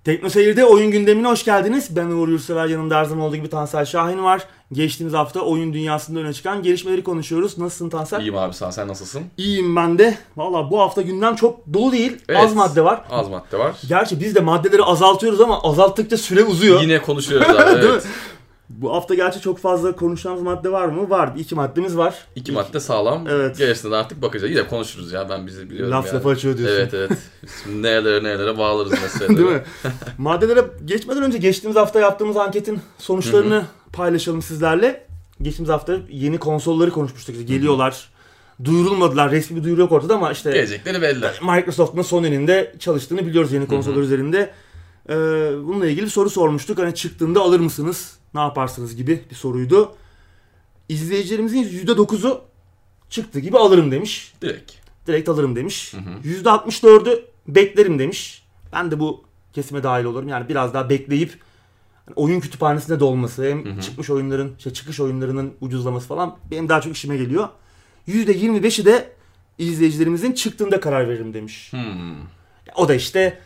Tekno Seyir'de oyun gündemine hoş geldiniz. Ben Uğur Yurtsever, yanımda her zaman olduğu gibi Tansel Şahin var. Geçtiğimiz hafta oyun dünyasında öne çıkan gelişmeleri konuşuyoruz. Nasılsın Tansel? İyiyim abi, sen nasılsın? İyiyim ben de. Valla bu hafta gündem çok dolu değil. Evet, az madde var. Az madde var. Gerçi biz de maddeleri azaltıyoruz ama azalttıkça süre uzuyor. Yine konuşuyoruz abi. Evet. Değil mi? Bu hafta gerçi çok fazla konuşacağımız madde var mı? Var. 2 maddemiz var. İki madde sağlam. Evet. Gerisine de artık bakacağız. Yine konuşuruz ya, ben bizi biliyorum. Laf yani. lafı açıyor diyorsun. Evet. Şimdi nelere bağlarız mesela. Değil mi? Maddelere geçmeden önce geçtiğimiz hafta yaptığımız anketin sonuçlarını paylaşalım sizlerle. Geçtiğimiz hafta yeni konsolları konuşmuştuk. Geliyorlar. Duyurulmadılar. Resmi bir duyuru yok ortada ama işte gelecekleri belli. Microsoft'un son elinde çalıştığını biliyoruz yeni konsollar üzerinde. Bununla ilgili bir soru sormuştuk. Hani çıktığında alır mısınız? Ne yaparsınız gibi bir soruydu. İzleyicilerimizin %9'u çıktığı gibi alırım demiş. Direkt alırım demiş. %64'ü beklerim demiş. Ben de bu kesime dahil olurum. Yani biraz daha bekleyip oyun kütüphanesinde de olması, hem çıkmış oyunların, çıkış oyunlarının ucuzlaması falan benim daha çok işime geliyor. %25'i de izleyicilerimizin çıktığında karar veririm demiş. O da işte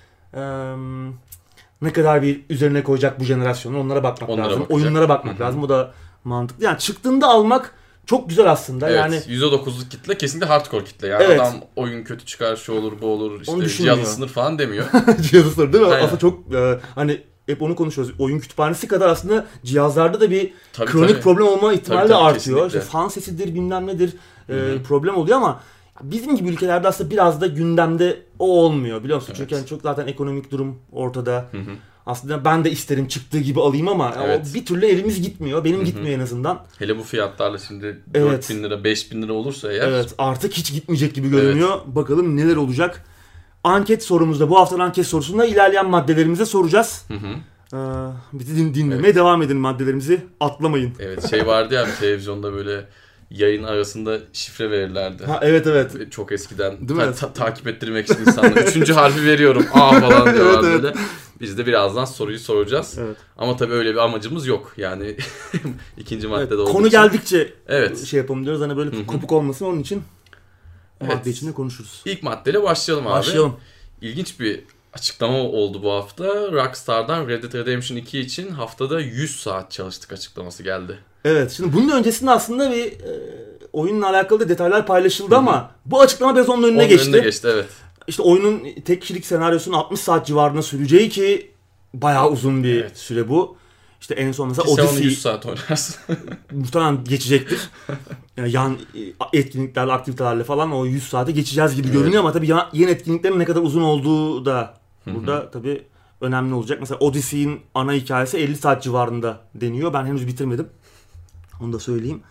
ne kadar bir üzerine koyacak bu jenerasyonu, onlara bakmak lazım. Bakacak. Oyunlara bakmak lazım. O da mantıklı. Yani çıktığında almak çok güzel aslında. Evet, yani %9'luk kitle kesinlikle hardcore kitle. Yani evet. Adam oyun kötü çıkar, şu olur, bu olur, işte düşünmüyor. cihaz ısınır falan demiyor. Cihaz ısınır değil mi? Aynen. Aslında çok hani hep onu konuşuyoruz. Oyun kütüphanesi kadar aslında cihazlarda da bir kronik problem olma ihtimali de artıyor. İşte fan sesidir, bilmem nedir problem oluyor ama bizim gibi ülkelerde aslında biraz da gündemde o olmuyor, biliyor musun? Evet. Çünkü yani çok zaten ekonomik durum ortada. Aslında ben de isterim çıktığı gibi alayım ama o bir türlü elimiz gitmiyor. Benim gitmiyor en azından. Hele bu fiyatlarla şimdi 4.000 lira, 5.000 lira olursa eğer. Evet, artık hiç gitmeyecek gibi görünüyor. Evet. Bakalım neler olacak. Anket sorumuzda, bu haftanın anket sorusunda ilerleyen maddelerimize soracağız. Bizi dinlemeye devam edin, maddelerimizi atlamayın. Evet, vardı ya bir televizyonda böyle yayın arasında şifre verirlerdi. Evet. Çok eskiden takip ettirmek için insanlar. 3. harfi veriyorum A falan diyorlar evet. Böyle. Biz de birazdan soruyu soracağız. Evet. Ama tabii öyle bir amacımız yok. Yani ikinci maddede olduğu konu için. geldikçe şey yapalım diyoruz. Hani böyle kopuk olmasın, onun için madde içinde konuşuruz. İlk maddeyle başlayalım abi. İlginç bir açıklama oldu bu hafta. Rockstar'dan Red Dead Redemption 2 için haftada 100 saat çalıştık açıklaması geldi. Evet, şimdi bunun öncesinde aslında bir oyunla alakalı da detaylar paylaşıldı ama bu açıklama biraz onun önüne geçti. Evet. İşte oyunun tek kişilik senaryosunun 60 saat civarında süreceği ki bayağı uzun bir süre bu. İşte en son mesela Odyssey 100 saat oynarsın. Muhtemelen geçecektir. Yani yan etkinliklerle, aktivitelerle falan o 100 saate geçeceğiz gibi görünüyor ama tabii yeni etkinliklerin ne kadar uzun olduğu da burada tabii önemli olacak. Mesela Odyssey'in ana hikayesi 50 saat civarında deniyor. Ben henüz bitirmedim. Onu da söyleyeyim.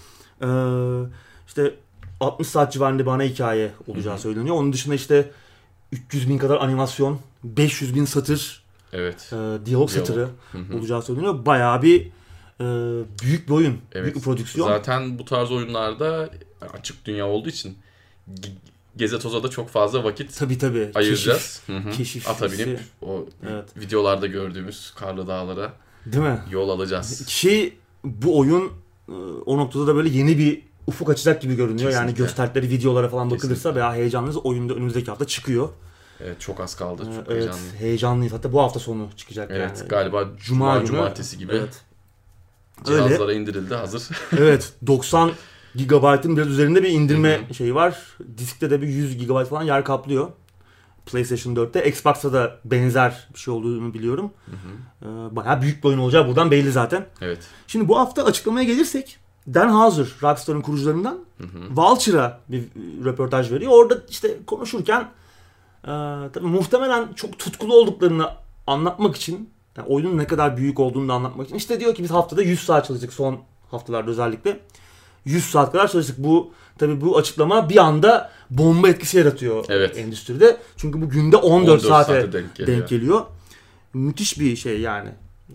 İşte 60 saat civarında bir ana hikaye olacağı söyleniyor. Onun dışında işte 300.000 kadar animasyon, 500.000 satır, diyalog satırı olacağı söyleniyor. Bayağı bir büyük bir oyun, büyük bir prodüksiyon. Zaten bu tarz oyunlarda açık dünya olduğu için geze toza da çok fazla vakit ayıracağız. Keşif ata binip o videolarda gördüğümüz karlı dağlara değil mi? Yol alacağız. Bu oyun o noktada da böyle yeni bir ufuk açacak gibi görünüyor. Kesinlikle. Yani gösterdikleri videolara falan bakılırsa veya heyecanlıyız. Oyunda önümüzdeki hafta çıkıyor. Evet, çok az kaldı. Çok heyecanlıyız. Hatta bu hafta sonu çıkacak. Evet, yani. Galiba cumartesi gibi. Evet. Cihazlara indirildi, hazır. Evet, 90 GB'ın biraz üzerinde bir indirme şeyi var. Diskte de bir 100 GB falan yer kaplıyor. PlayStation 4'te. Xbox'ta da benzer bir şey olduğunu biliyorum. Bayağı büyük bir oyun olacağı buradan belli zaten. Evet. Şimdi bu hafta açıklamaya gelirsek, Dan Houser, Rockstar'ın kurucularından Vulture'a bir röportaj veriyor. Orada işte konuşurken tabii muhtemelen çok tutkulu olduklarını anlatmak için, yani oyunun ne kadar büyük olduğunu da anlatmak için, işte diyor ki biz haftada 100 saat çalıştık, son haftalarda özellikle. 100 saat kadar çalıştık. Tabii bu açıklama bir anda bomba etkisi yaratıyor endüstride. Çünkü bu günde 14 saate denk geliyor. Müthiş bir şey yani.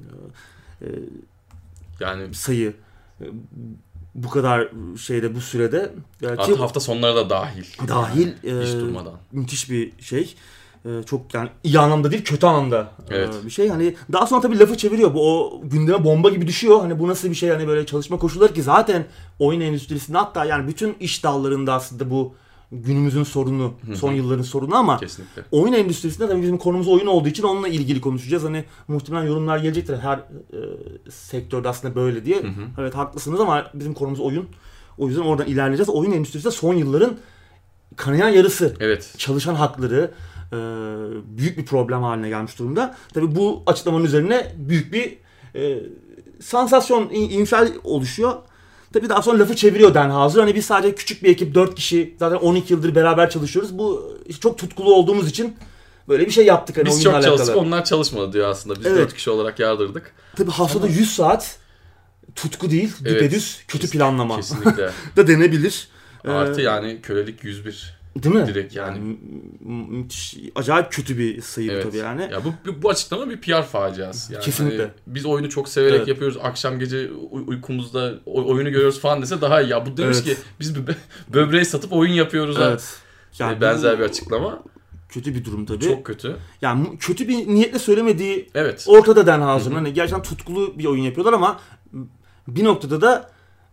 Yani sayı. Bu kadar bu sürede. Hafta sonları da dahil. Hiç durmadan. Müthiş bir şey. Çok yani iyi anlamda değil, kötü anlamda bir şey. Hani daha sonra tabii lafı çeviriyor. Bu o gündeme bomba gibi düşüyor. Hani bu nasıl bir şey, hani böyle çalışma koşulları ki zaten oyun endüstrisinde, hatta yani bütün iş dallarında aslında bu günümüzün sorunu, son yılların sorunu ama kesinlikle. Oyun endüstrisinde tabii bizim konumuz oyun olduğu için onunla ilgili konuşacağız. Hani muhtemelen yorumlar gelecektir her sektörde aslında böyle diye. Evet haklısınız ama bizim konumuz oyun. O yüzden oradan ilerleyeceğiz. Oyun endüstrisinde son yılların kanayan yarısı. Evet. Çalışan hakları büyük bir problem haline gelmiş durumda. Tabii bu açıklamanın üzerine büyük bir sansasyon, infial oluşuyor. Tabii daha sonra lafı çeviriyor Dan Houser. Hani biz sadece küçük bir ekip, 4 kişi, zaten 12 yıldır beraber çalışıyoruz. Bu çok tutkulu olduğumuz için böyle bir şey yaptık. Hani biz çok çalıştık, onlar çalışmadı diyor aslında. Biz 4 kişi olarak yardırdık. Tabii haftada 100 saat tutku değil, düpedüz kötü planlama. Kesinlikle. da denebilir. Artı yani kölelik 101. Değil mi? Direkt yani. Müthiş, acayip kötü bir sayı tabii yani. Ya bu açıklama bir PR faciası. Yani kesinlikle. Hani biz oyunu çok severek yapıyoruz. Akşam gece uykumuzda oyunu görüyoruz falan dese daha iyi. Ya bu demiş ki biz böbreği satıp oyun yapıyoruz. Evet. Yani benzer bir açıklama. Kötü bir durum tabii. Çok kötü. Yani kötü bir niyetle söylemediği ortada Dan Houser'ın. Hani gerçekten tutkulu bir oyun yapıyorlar ama bir noktada da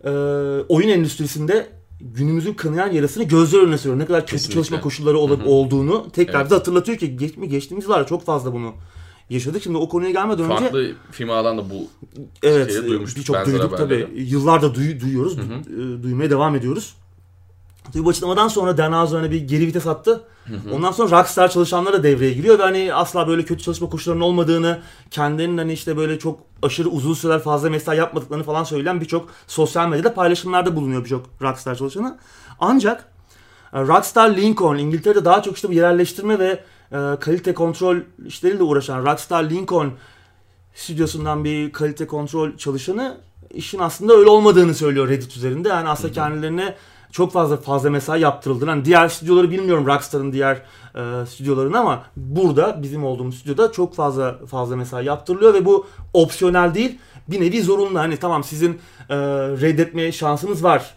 oyun endüstrisinde günümüzün kanayan yarasını gözler önüne seriyor. Ne kadar kötü çalışma koşulları olduğunu tekrar bize hatırlatıyor ki geçtiğimiz yıllarda çok fazla bunu yaşadık. Şimdi o konuya gelmeden önce farklı firmalardan da bu şeyi duymuştuk. Birçok duyduk tabii. Yıllardır duyuyoruz. Duymaya devam ediyoruz. Tabii bu açıklamadan sonra Dan Houser hani bir geri vites attı. Ondan sonra Rockstar çalışanları da devreye giriyor ve hani asla böyle kötü çalışma koşullarının olmadığını, kendilerinin hani işte böyle çok aşırı uzun süreler fazla mesai yapmadıklarını falan söyleyen birçok sosyal medyada paylaşımlarda bulunuyor birçok Rockstar çalışanı. Ancak Rockstar Lincoln, İngiltere'de daha çok işte bu yerelleştirme ve kalite kontrol işleriyle uğraşan Rockstar Lincoln stüdyosundan bir kalite kontrol çalışanı işin aslında öyle olmadığını söylüyor Reddit üzerinde. Yani aslında kendilerine çok fazla mesai yaptırıldığını. Yani diğer stüdyoları bilmiyorum, Rockstar'ın diğer stüdyolarını, ama burada bizim olduğumuz stüdyoda çok fazla mesai yaptırılıyor ve bu opsiyonel değil, bir nevi zorunlu. Hani tamam sizin reddetme şansınız var.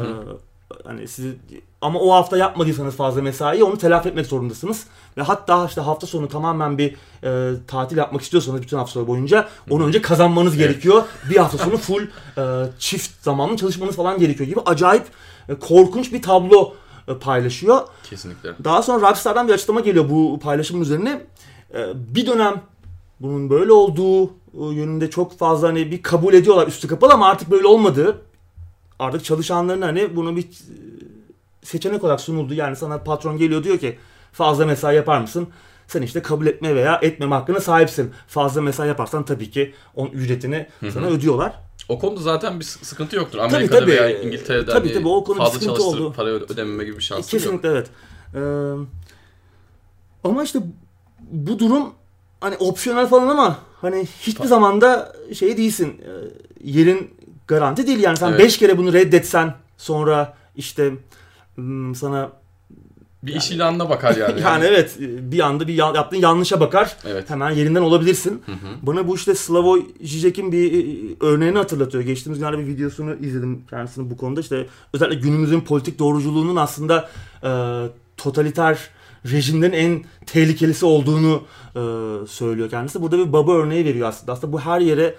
Hani ama o hafta yapmadıysanız fazla mesai onu telafi etmek zorundasınız. Ve hatta işte hafta sonu tamamen bir tatil yapmak istiyorsanız bütün hafta sonu boyunca onu önce kazanmanız gerekiyor. Bir hafta sonu full çift zamanlı çalışmanız falan gerekiyor gibi acayip korkunç bir tablo paylaşıyor. Kesinlikle. Daha sonra Rockstar'dan bir açıklama geliyor bu paylaşımın üzerine. Bir dönem bunun böyle olduğu yönünde çok fazla hani bir kabul ediyorlar üstü kapalı, ama artık böyle olmadığı, artık çalışanların hani bunu bir seçenek olarak sunuldu. Yani sana patron geliyor diyor ki fazla mesai yapar mısın? Sen işte kabul etme veya etmeme hakkına sahipsin. Fazla mesai yaparsan tabii ki onun ücretini sana ödüyorlar. O konuda zaten bir sıkıntı yoktur. Amerika'da veya İngiltere'de tabii, o konuda fazla çalıştırıp oldu. Para ödememe gibi bir şansı kesinlikle yok. Evet. Ama işte bu durum hani opsiyonel falan, ama hani hiçbir zamanda şey değilsin. Yerin garanti değil yani. Sen 5 kere bunu reddetsen sonra işte sana bir iş ilanına bakar yani. Yani evet, bir anda bir yaptığın yanlışa bakar. Evet. Hemen yerinden olabilirsin. Bana bu işte Slavoj Žižek'in bir örneğini hatırlatıyor. Geçtiğimiz günlerde bir videosunu izledim kendisinin bu konuda. İşte özellikle günümüzün politik doğruculuğunun aslında totaliter rejimlerin en tehlikelisi olduğunu söylüyor kendisi. Burada bir baba örneği veriyor aslında. Aslında bu her yere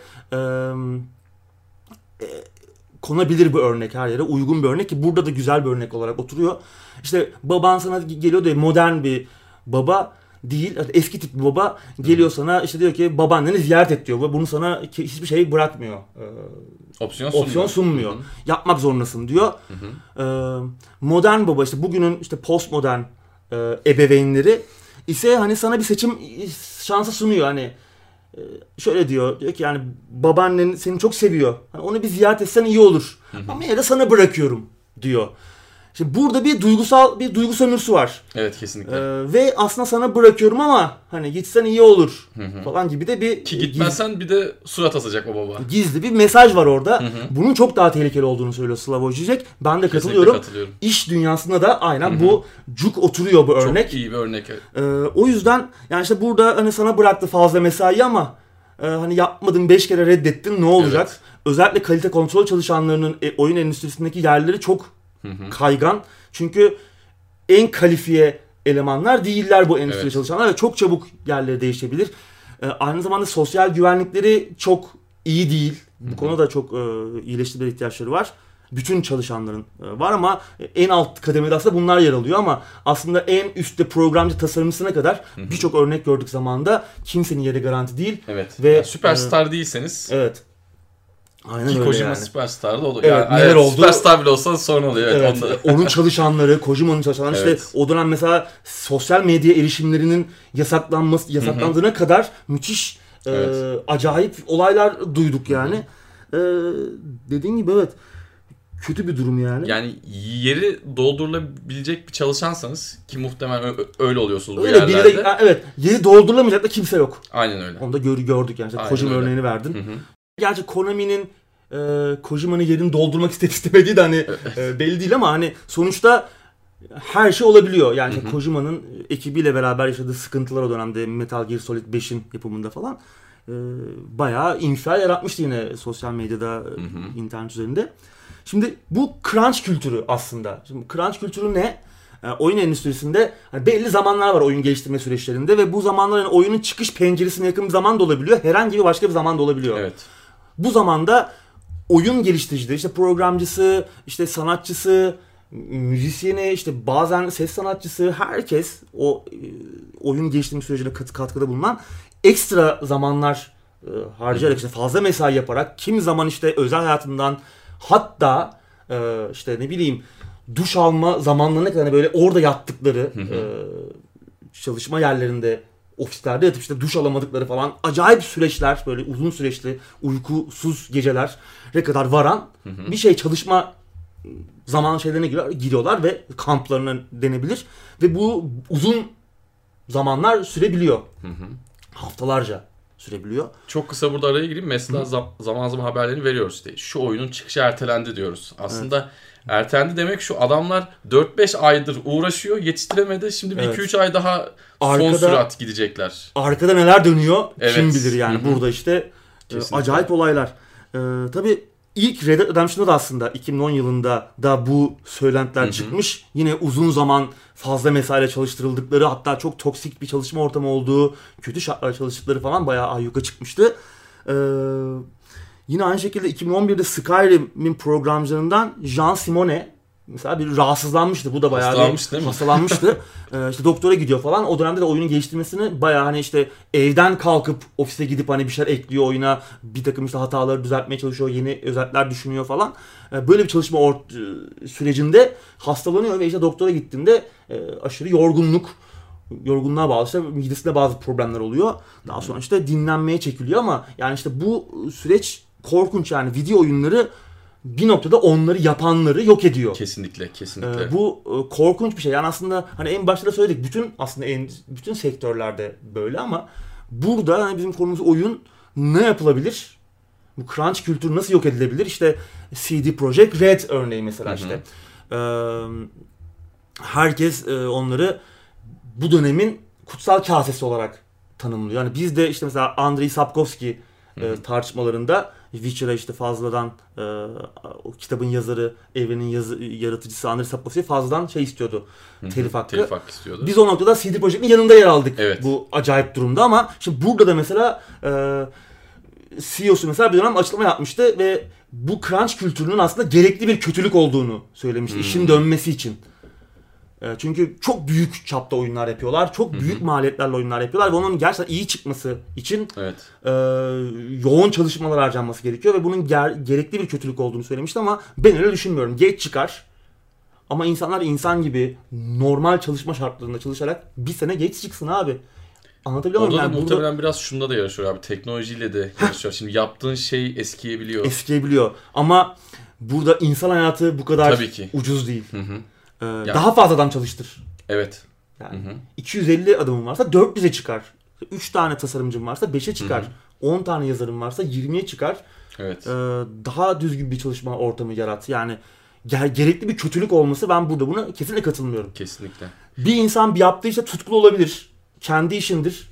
konabilir bir örnek, her yere uygun bir örnek ki burada da güzel bir örnek olarak oturuyor. İşte baban sana geliyor da modern bir baba değil, eski tip bir baba geliyor sana, işte diyor ki babaanneni ziyaret et diyor ve bunu sana hiçbir şey bırakmıyor. Opsiyon sunmuyor. Yapmak zorundasın diyor. Modern baba, işte bugünün işte postmodern ebeveynleri ise hani sana bir seçim şansı sunuyor. Hani şöyle diyor ki yani babaannen seni çok seviyor. Hani onu bir ziyaret etsen iyi olur. Ama yine de sana bırakıyorum diyor. Şimdi burada bir duygu sömürüsü var. Evet, kesinlikle. Ve aslında sana bırakıyorum ama hani gitsen iyi olur falan gibi de bir... Ki gitmezsen bir de surat asacak o baba. Gizli bir mesaj var orada. Bunun çok daha tehlikeli olduğunu söylüyor Slavoj Žižek. Ben de katılıyorum. İş dünyasında da aynen bu cuk oturuyor bu örnek. Çok iyi bir örnek. O yüzden yani işte burada hani sana bıraktı fazla mesai ama hani yapmadın, 5 kere reddettin, ne olacak? Evet. Özellikle kalite kontrol çalışanlarının oyun endüstrisindeki yerleri çok kaygan. Çünkü en kalifiye elemanlar değiller bu endüstride çalışanlar ve çok çabuk yerleri değişebilir. Aynı zamanda sosyal güvenlikleri çok iyi değil. Bu konuda da çok iyileştirme ihtiyaçları var. bütün çalışanların var ama en alt kademede aslında bunlar yer alıyor ama aslında en üstte programcı tasarımcısına kadar birçok örnek gördük zamanında. Kimsenin yeri garanti değil. Evet. Ve yani süperstar değilseniz. Evet. Aynen ki öyle Kojima yani. Süperstar da oluyor. Evet, yani, neler oldu? Süperstar bile olsa sorun oluyor. Evet, onun çalışanları, Kojima'nın çalışanları işte o dönem mesela sosyal medya erişimlerinin yasaklandığına kadar müthiş acayip olaylar duyduk yani. Dediğin gibi evet. Kötü bir durum yani. Yani yeri doldurulabilecek bir çalışansanız ki muhtemelen öyle oluyorsunuz öyle bu yerlerde. Evet. Yeri doldurulamayacak da kimse yok. Aynen öyle. Onu da gördük yani. İşte Kojima örneğini verdin. Gerçi Konami'nin Kojima'nın yerini doldurmak istemediği de hani belli değil ama hani sonuçta her şey olabiliyor. Yani işte Kojima'nın ekibiyle beraber yaşadığı sıkıntılar o dönemde Metal Gear Solid 5'in yapımında falan bayağı infial yaratmıştı yine sosyal medyada, internet üzerinde. Şimdi bu crunch kültürü aslında. Şimdi crunch kültürü ne? Oyun endüstrisinde hani belli zamanlar var oyun geliştirme süreçlerinde ve bu zamanlar yani oyunun çıkış penceresine yakın bir zaman da olabiliyor. Herhangi bir başka bir zaman da olabiliyor. Evet. Bu zamanda oyun geliştiricileri, işte programcısı, işte sanatçısı, müzisyeni, işte bazen ses sanatçısı, herkes o oyun geliştirme sürecine katkıda bulunan ekstra zamanlar harcayarak, işte fazla mesai yaparak, kimi zaman işte özel hayatından, hatta işte ne bileyim duş alma zamanlarına kadar böyle orada yattıkları çalışma yerlerinde, ofislerde yatıp işte duş alamadıkları falan acayip süreçler, böyle uzun süreçli uykusuz gecelere kadar varan bir şey çalışma zaman şeylerine giriyorlar ve kamplarına denebilir ve bu uzun zamanlar sürebiliyor. Haftalarca sürebiliyor. Çok kısa burada araya gireyim. Mesela zaman zaman haberlerini veriyoruz işte. Şu oyunun çıkışı ertelendi diyoruz. Aslında ertelendi demek şu, adamlar 4-5 aydır uğraşıyor, yetiştiremedi. Şimdi bir 2-3 ay daha son sürat gidecekler. Arkada neler dönüyor kim bilir yani. Burada işte acayip olaylar. Tabii ilk Red Dead Redemption'da da aslında 2010 yılında da bu söylentiler çıkmış. Yine uzun zaman fazla mesaiyle çalıştırıldıkları, hatta çok toksik bir çalışma ortamı olduğu, kötü şartlarda çalıştıkları falan bayağı ayyuka çıkmıştı. Yine aynı şekilde 2011'de Skyrim'in programcılarından Jean Simone mesela bir rahatsızlanmıştı. Bu da bayağı hastalanmıştı. İşte doktora gidiyor falan. O dönemde de oyunun geliştirmesini bayağı hani işte evden kalkıp ofise gidip hani bir şeyler ekliyor oyuna. Bir takım işte hataları düzeltmeye çalışıyor. Yeni özellikler düşünüyor falan. Böyle bir çalışma sürecinde hastalanıyor ve işte doktora gittiğinde aşırı yorgunluğa bağlı, işte midesinde bazı problemler oluyor. Daha sonra işte dinlenmeye çekiliyor ama yani işte bu süreç korkunç yani. Video oyunları bir noktada onları yapanları yok ediyor. Kesinlikle. Bu korkunç bir şey. Yani aslında hani en başta da söyledik. Bütün sektörlerde böyle ama burada hani bizim konumuz oyun, ne yapılabilir? Bu crunch kültürü nasıl yok edilebilir? İşte CD Projekt Red örneği mesela işte. Herkes onları bu dönemin kutsal kasesi olarak tanımlıyor. Yani biz de işte mesela Andrei Sapkowski tartışmalarında Witcher'a işte fazladan o kitabın yazarı, evrenin yaratıcısı Andrei Sapkowski fazladan şey istiyordu. Telif hakkı istiyordu. Biz o noktada CD Projekt'in yanında yer aldık bu acayip durumda ama şimdi burada da mesela CEO'su mesela bir dönem açıklama yapmıştı ve bu crunch kültürünün aslında gerekli bir kötülük olduğunu söylemişti işin dönmesi için. Çünkü çok büyük çapta oyunlar yapıyorlar. Çok büyük maliyetlerle oyunlar yapıyorlar ve onun gerçekten iyi çıkması için yoğun çalışmalar harcanması gerekiyor ve bunun gerekli bir kötülük olduğunu söylemişti ama ben öyle düşünmüyorum. Geç çıkar ama insanlar insan gibi normal çalışma şartlarında çalışarak bir sene geç çıksın abi. Anlatabiliyor muyum? Orada da muhtemelen biraz şunda da yarışıyor abi. Teknolojiyle de yarışıyor. Şimdi yaptığın şey eskiyebiliyor. Ama burada insan hayatı bu kadar ucuz değil. Daha fazla adam çalıştır. Evet. Yani 250 adamın varsa 400'e çıkar. 3 tane tasarımcın varsa 5'e çıkar. 10 tane yazarın varsa 20'ye çıkar. Evet. Daha düzgün bir çalışma ortamı yarat. Yani gerekli bir kötülük olması, ben burada buna kesinlikle katılmıyorum. Kesinlikle. Bir insan bir yaptığı işte tutkulu olabilir. Kendi işindir.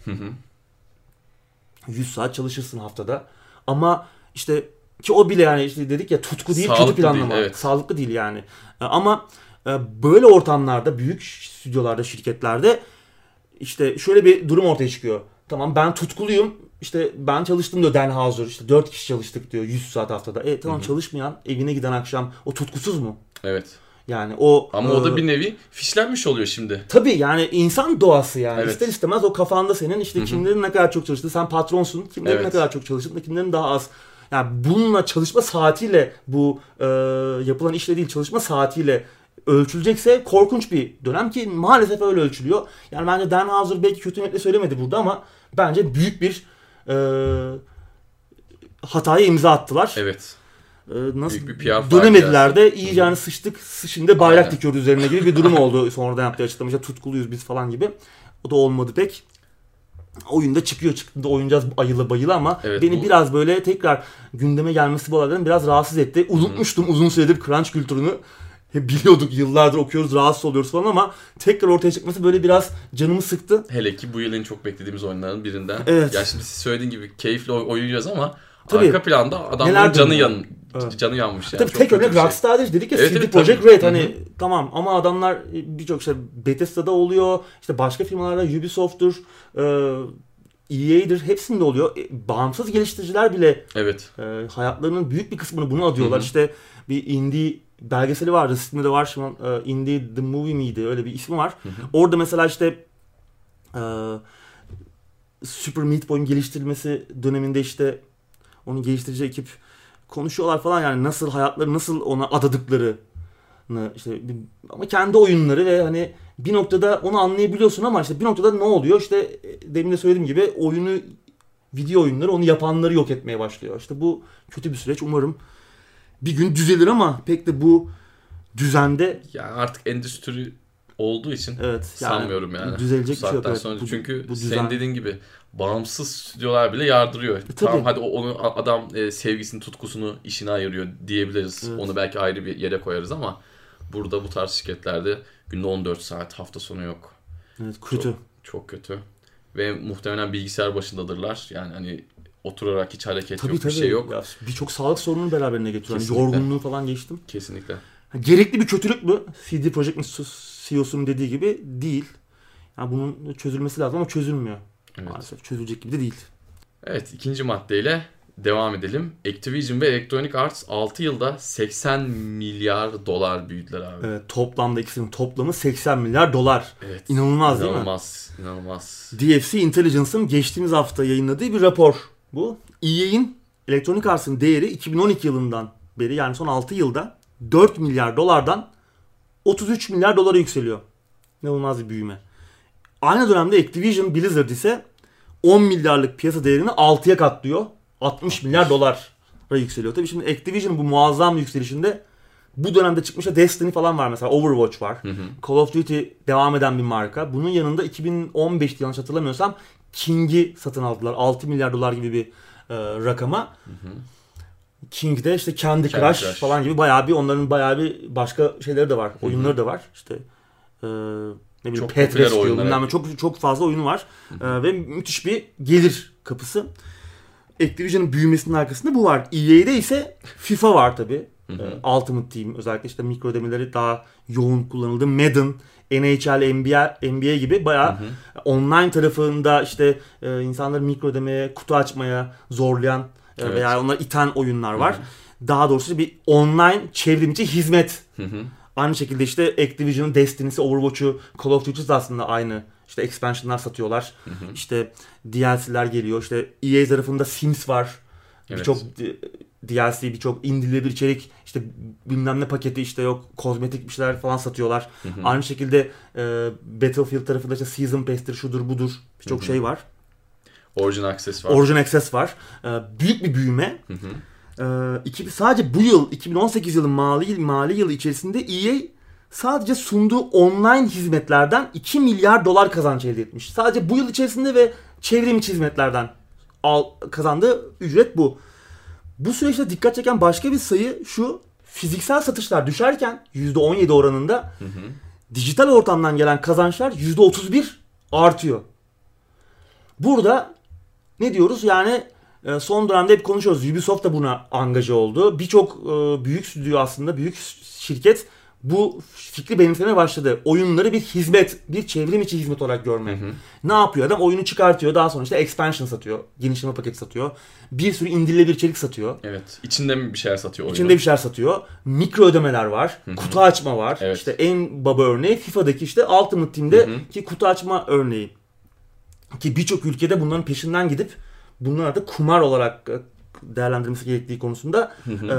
100 saat çalışırsın haftada. Ama işte ki o bile yani işte dedik ya, tutku değil, kötü planlama. Değil, sağlıklı değil yani. Ama böyle ortamlarda, büyük stüdyolarda, şirketlerde işte şöyle bir durum ortaya çıkıyor. Tamam, ben tutkuluyum işte ben çalıştım diyor Dan Houser. İşte 4 kişi çalıştık diyor 100 saat haftada. Tamam, çalışmayan evine giden akşam o tutkusuz mu? Evet. Yani o ama o da bir nevi fişlenmiş oluyor şimdi. Tabii yani insan doğası yani. Evet. İster istemez o kafanda senin işte kimlerin ne kadar çok çalıştığı, sen patronsun, kimlerin ne kadar çok çalıştığında, kimlerin daha az. Yani bununla çalışma saatiyle bu yapılan işle değil, çalışma saatiyle ölçülecekse korkunç bir dönem ki maalesef öyle ölçülüyor. Yani bence Dan Houser belki kötü niyetle söylemedi burada ama bence büyük bir hataya imza attılar. Evet. Nasıl büyük bir PR dönemediler de iyice yani sıçtık, şimdi bayrak dikiyoruz üzerine gibi bir durum oldu sonradan yaptığı açıklama. İşte tutkuluyuz biz falan gibi. O da olmadı pek. Oyunda çıktığında oynayacağız ayıla bayıla ama beni biraz böyle tekrar gündeme gelmesi bu olayların biraz rahatsız etti. Unutmuştum uzun süredir crunch kültürünü. Biliyorduk, yıllardır okuyoruz, rahatsız oluyoruz falan ama tekrar ortaya çıkması böyle biraz canımı sıktı. Hele ki bu yılın çok beklediğimiz oyunların birinden. Evet. Ya şimdi siz söylediğin gibi keyifli oynayacağız ama tabii, arka planda adamların canı yanmış yani. Tabii tek örnek Rockstar'da dedik ya, CD Projekt Red hani tamam ama adamlar birçok şey Bethesda'da oluyor, işte başka firmalarda Ubisoft'tur, EA'dir, hepsinde oluyor. Bağımsız geliştiriciler bile hayatlarının büyük bir kısmını buna adıyorlar. İşte bir indie belgeseli vardı, Steam'de de var şu an, Indie The Movie miydi, öyle bir ismi var. Orada mesela işte Super Meat Boy'un geliştirilmesi döneminde işte onu geliştirici ekip konuşuyorlar falan, yani nasıl hayatları nasıl ona adadıklarını işte, ama kendi oyunları ve hani bir noktada onu anlayabiliyorsun ama işte bir noktada ne oluyor, işte demin de söylediğim gibi video oyunları onu yapanları yok etmeye başlıyor. İşte bu kötü bir süreç, umarım bir gün düzelir ama pek de bu düzende yani artık endüstri olduğu için sanmıyorum yani. Düzelecek bir şey yok. Sonra çünkü senin dediğin gibi bağımsız stüdyolar bile yardırıyor. Tamam hadi onu adam sevgisini, tutkusunu işine ayırıyor diyebiliriz. Evet. Onu belki ayrı bir yere koyarız ama burada bu tarz şirketlerde günde 14 saat, hafta sonu yok. Evet, kötü. Çok kötü. Ve muhtemelen bilgisayar başındadırlar. Yani hani oturarak hiç hareket yok, bir şey yok. Birçok sağlık sorununu beraberine getiriyor. Yani yorgunluğu falan geçtim. Kesinlikle. Gerekli bir kötülük mü? CD Projekt'in CEO'sunun dediği gibi değil. Yani bunun çözülmesi lazım ama çözülmüyor. Evet. Maalesef çözülecek gibi de değil. Evet, ikinci maddeyle devam edelim. Activision ve Electronic Arts 6 yılda 80 milyar dolar büyüdüler abi. Evet, toplamda ikisinin toplamı 80 milyar dolar. Evet. İnanılmaz değil mi? İnanılmaz. DFC Intelligence'ın geçtiğimiz hafta yayınladığı bir rapor bu. EA'in Electronic Arts'ın değeri 2012 yılından beri, yani son 6 yılda 4 milyar dolardan 33 milyar dolara yükseliyor. İnanılmaz bir büyüme. Aynı dönemde Activision Blizzard ise 10 milyarlık piyasa değerini 6'ya katlıyor. 60 milyar dolara yükseliyor. Tabii şimdi Activision'ın bu muazzam yükselişinde bu dönemde çıkmış Destiny falan var mesela. Overwatch var. Call of Duty devam eden bir marka. Bunun yanında 2015'te yanlış hatırlamıyorsam King'i satın aldılar. 6 milyar dolar gibi bir rakama. King'de işte Candy Crush falan gibi onların bayağı bir başka şeyleri de var. Oyunları da var. İşte ne bileyim, Pet Rescue, çok fazla oyunu var. Ve müthiş bir gelir kapısı. Activision'ın büyümesinin arkasında bu var. EA'de ise FIFA var tabii. Ultimate Team, özellikle işte mikro ödemeleri daha yoğun kullanıldı. Madden, NHL, NBA gibi bayağı online tarafında işte insanları mikro ödemeye, kutu açmaya zorlayan veya onları iten oyunlar var. Daha doğrusu bir online çevrimiçi hizmet. Aynı şekilde işte Activision'ın Destiny'si, Overwatch'u, Call of Duty'si de aslında aynı. İşte expansion'lar satıyorlar. İşte DLC'ler geliyor. İşte EA tarafında Sims var. Birçok DLC, birçok indirilebilir içerik, işte bilmem ne paketi, işte yok kozmetik bir şeyler falan satıyorlar. Aynı şekilde Battlefield tarafında işte Season Pass'tir, şudur budur, birçok şey var. Origin Access var. Büyük bir büyüme. Sadece bu yıl 2018 yılı mali yılı içerisinde EA sadece sunduğu online hizmetlerden 2 milyar dolar kazanç elde etmiş. Sadece bu yıl içerisinde ve çevrimiçi hizmetlerden kazandığı ücret bu. Bu süreçte dikkat çeken başka bir sayı şu: fiziksel satışlar düşerken %17 oranında dijital ortamdan gelen kazançlar %31 artıyor. Burada ne diyoruz? Yani son dönemde hep konuşuyoruz. Ubisoft da buna angaje oldu. Birçok büyük stüdyo, aslında büyük şirket bu fikri benimsemeye başladı. Oyunları bir hizmet, bir çevrim içi hizmet olarak görme. Ne yapıyor adam? Oyunu çıkartıyor. Daha sonra işte expansion satıyor. Genişleme paketi satıyor. Bir sürü indirilebilir içerik satıyor. Evet. İçinde mi bir şeyler satıyor oyunu? İçinde bir şeyler satıyor. Mikro ödemeler var. Kutu açma var. Evet. İşte en baba örneği FIFA'daki işte Ultimate Team'deki kutu açma örneği. Ki birçok ülkede bunların peşinden gidip bunlar da kumar olarak değerlendirilmesi gerektiği konusunda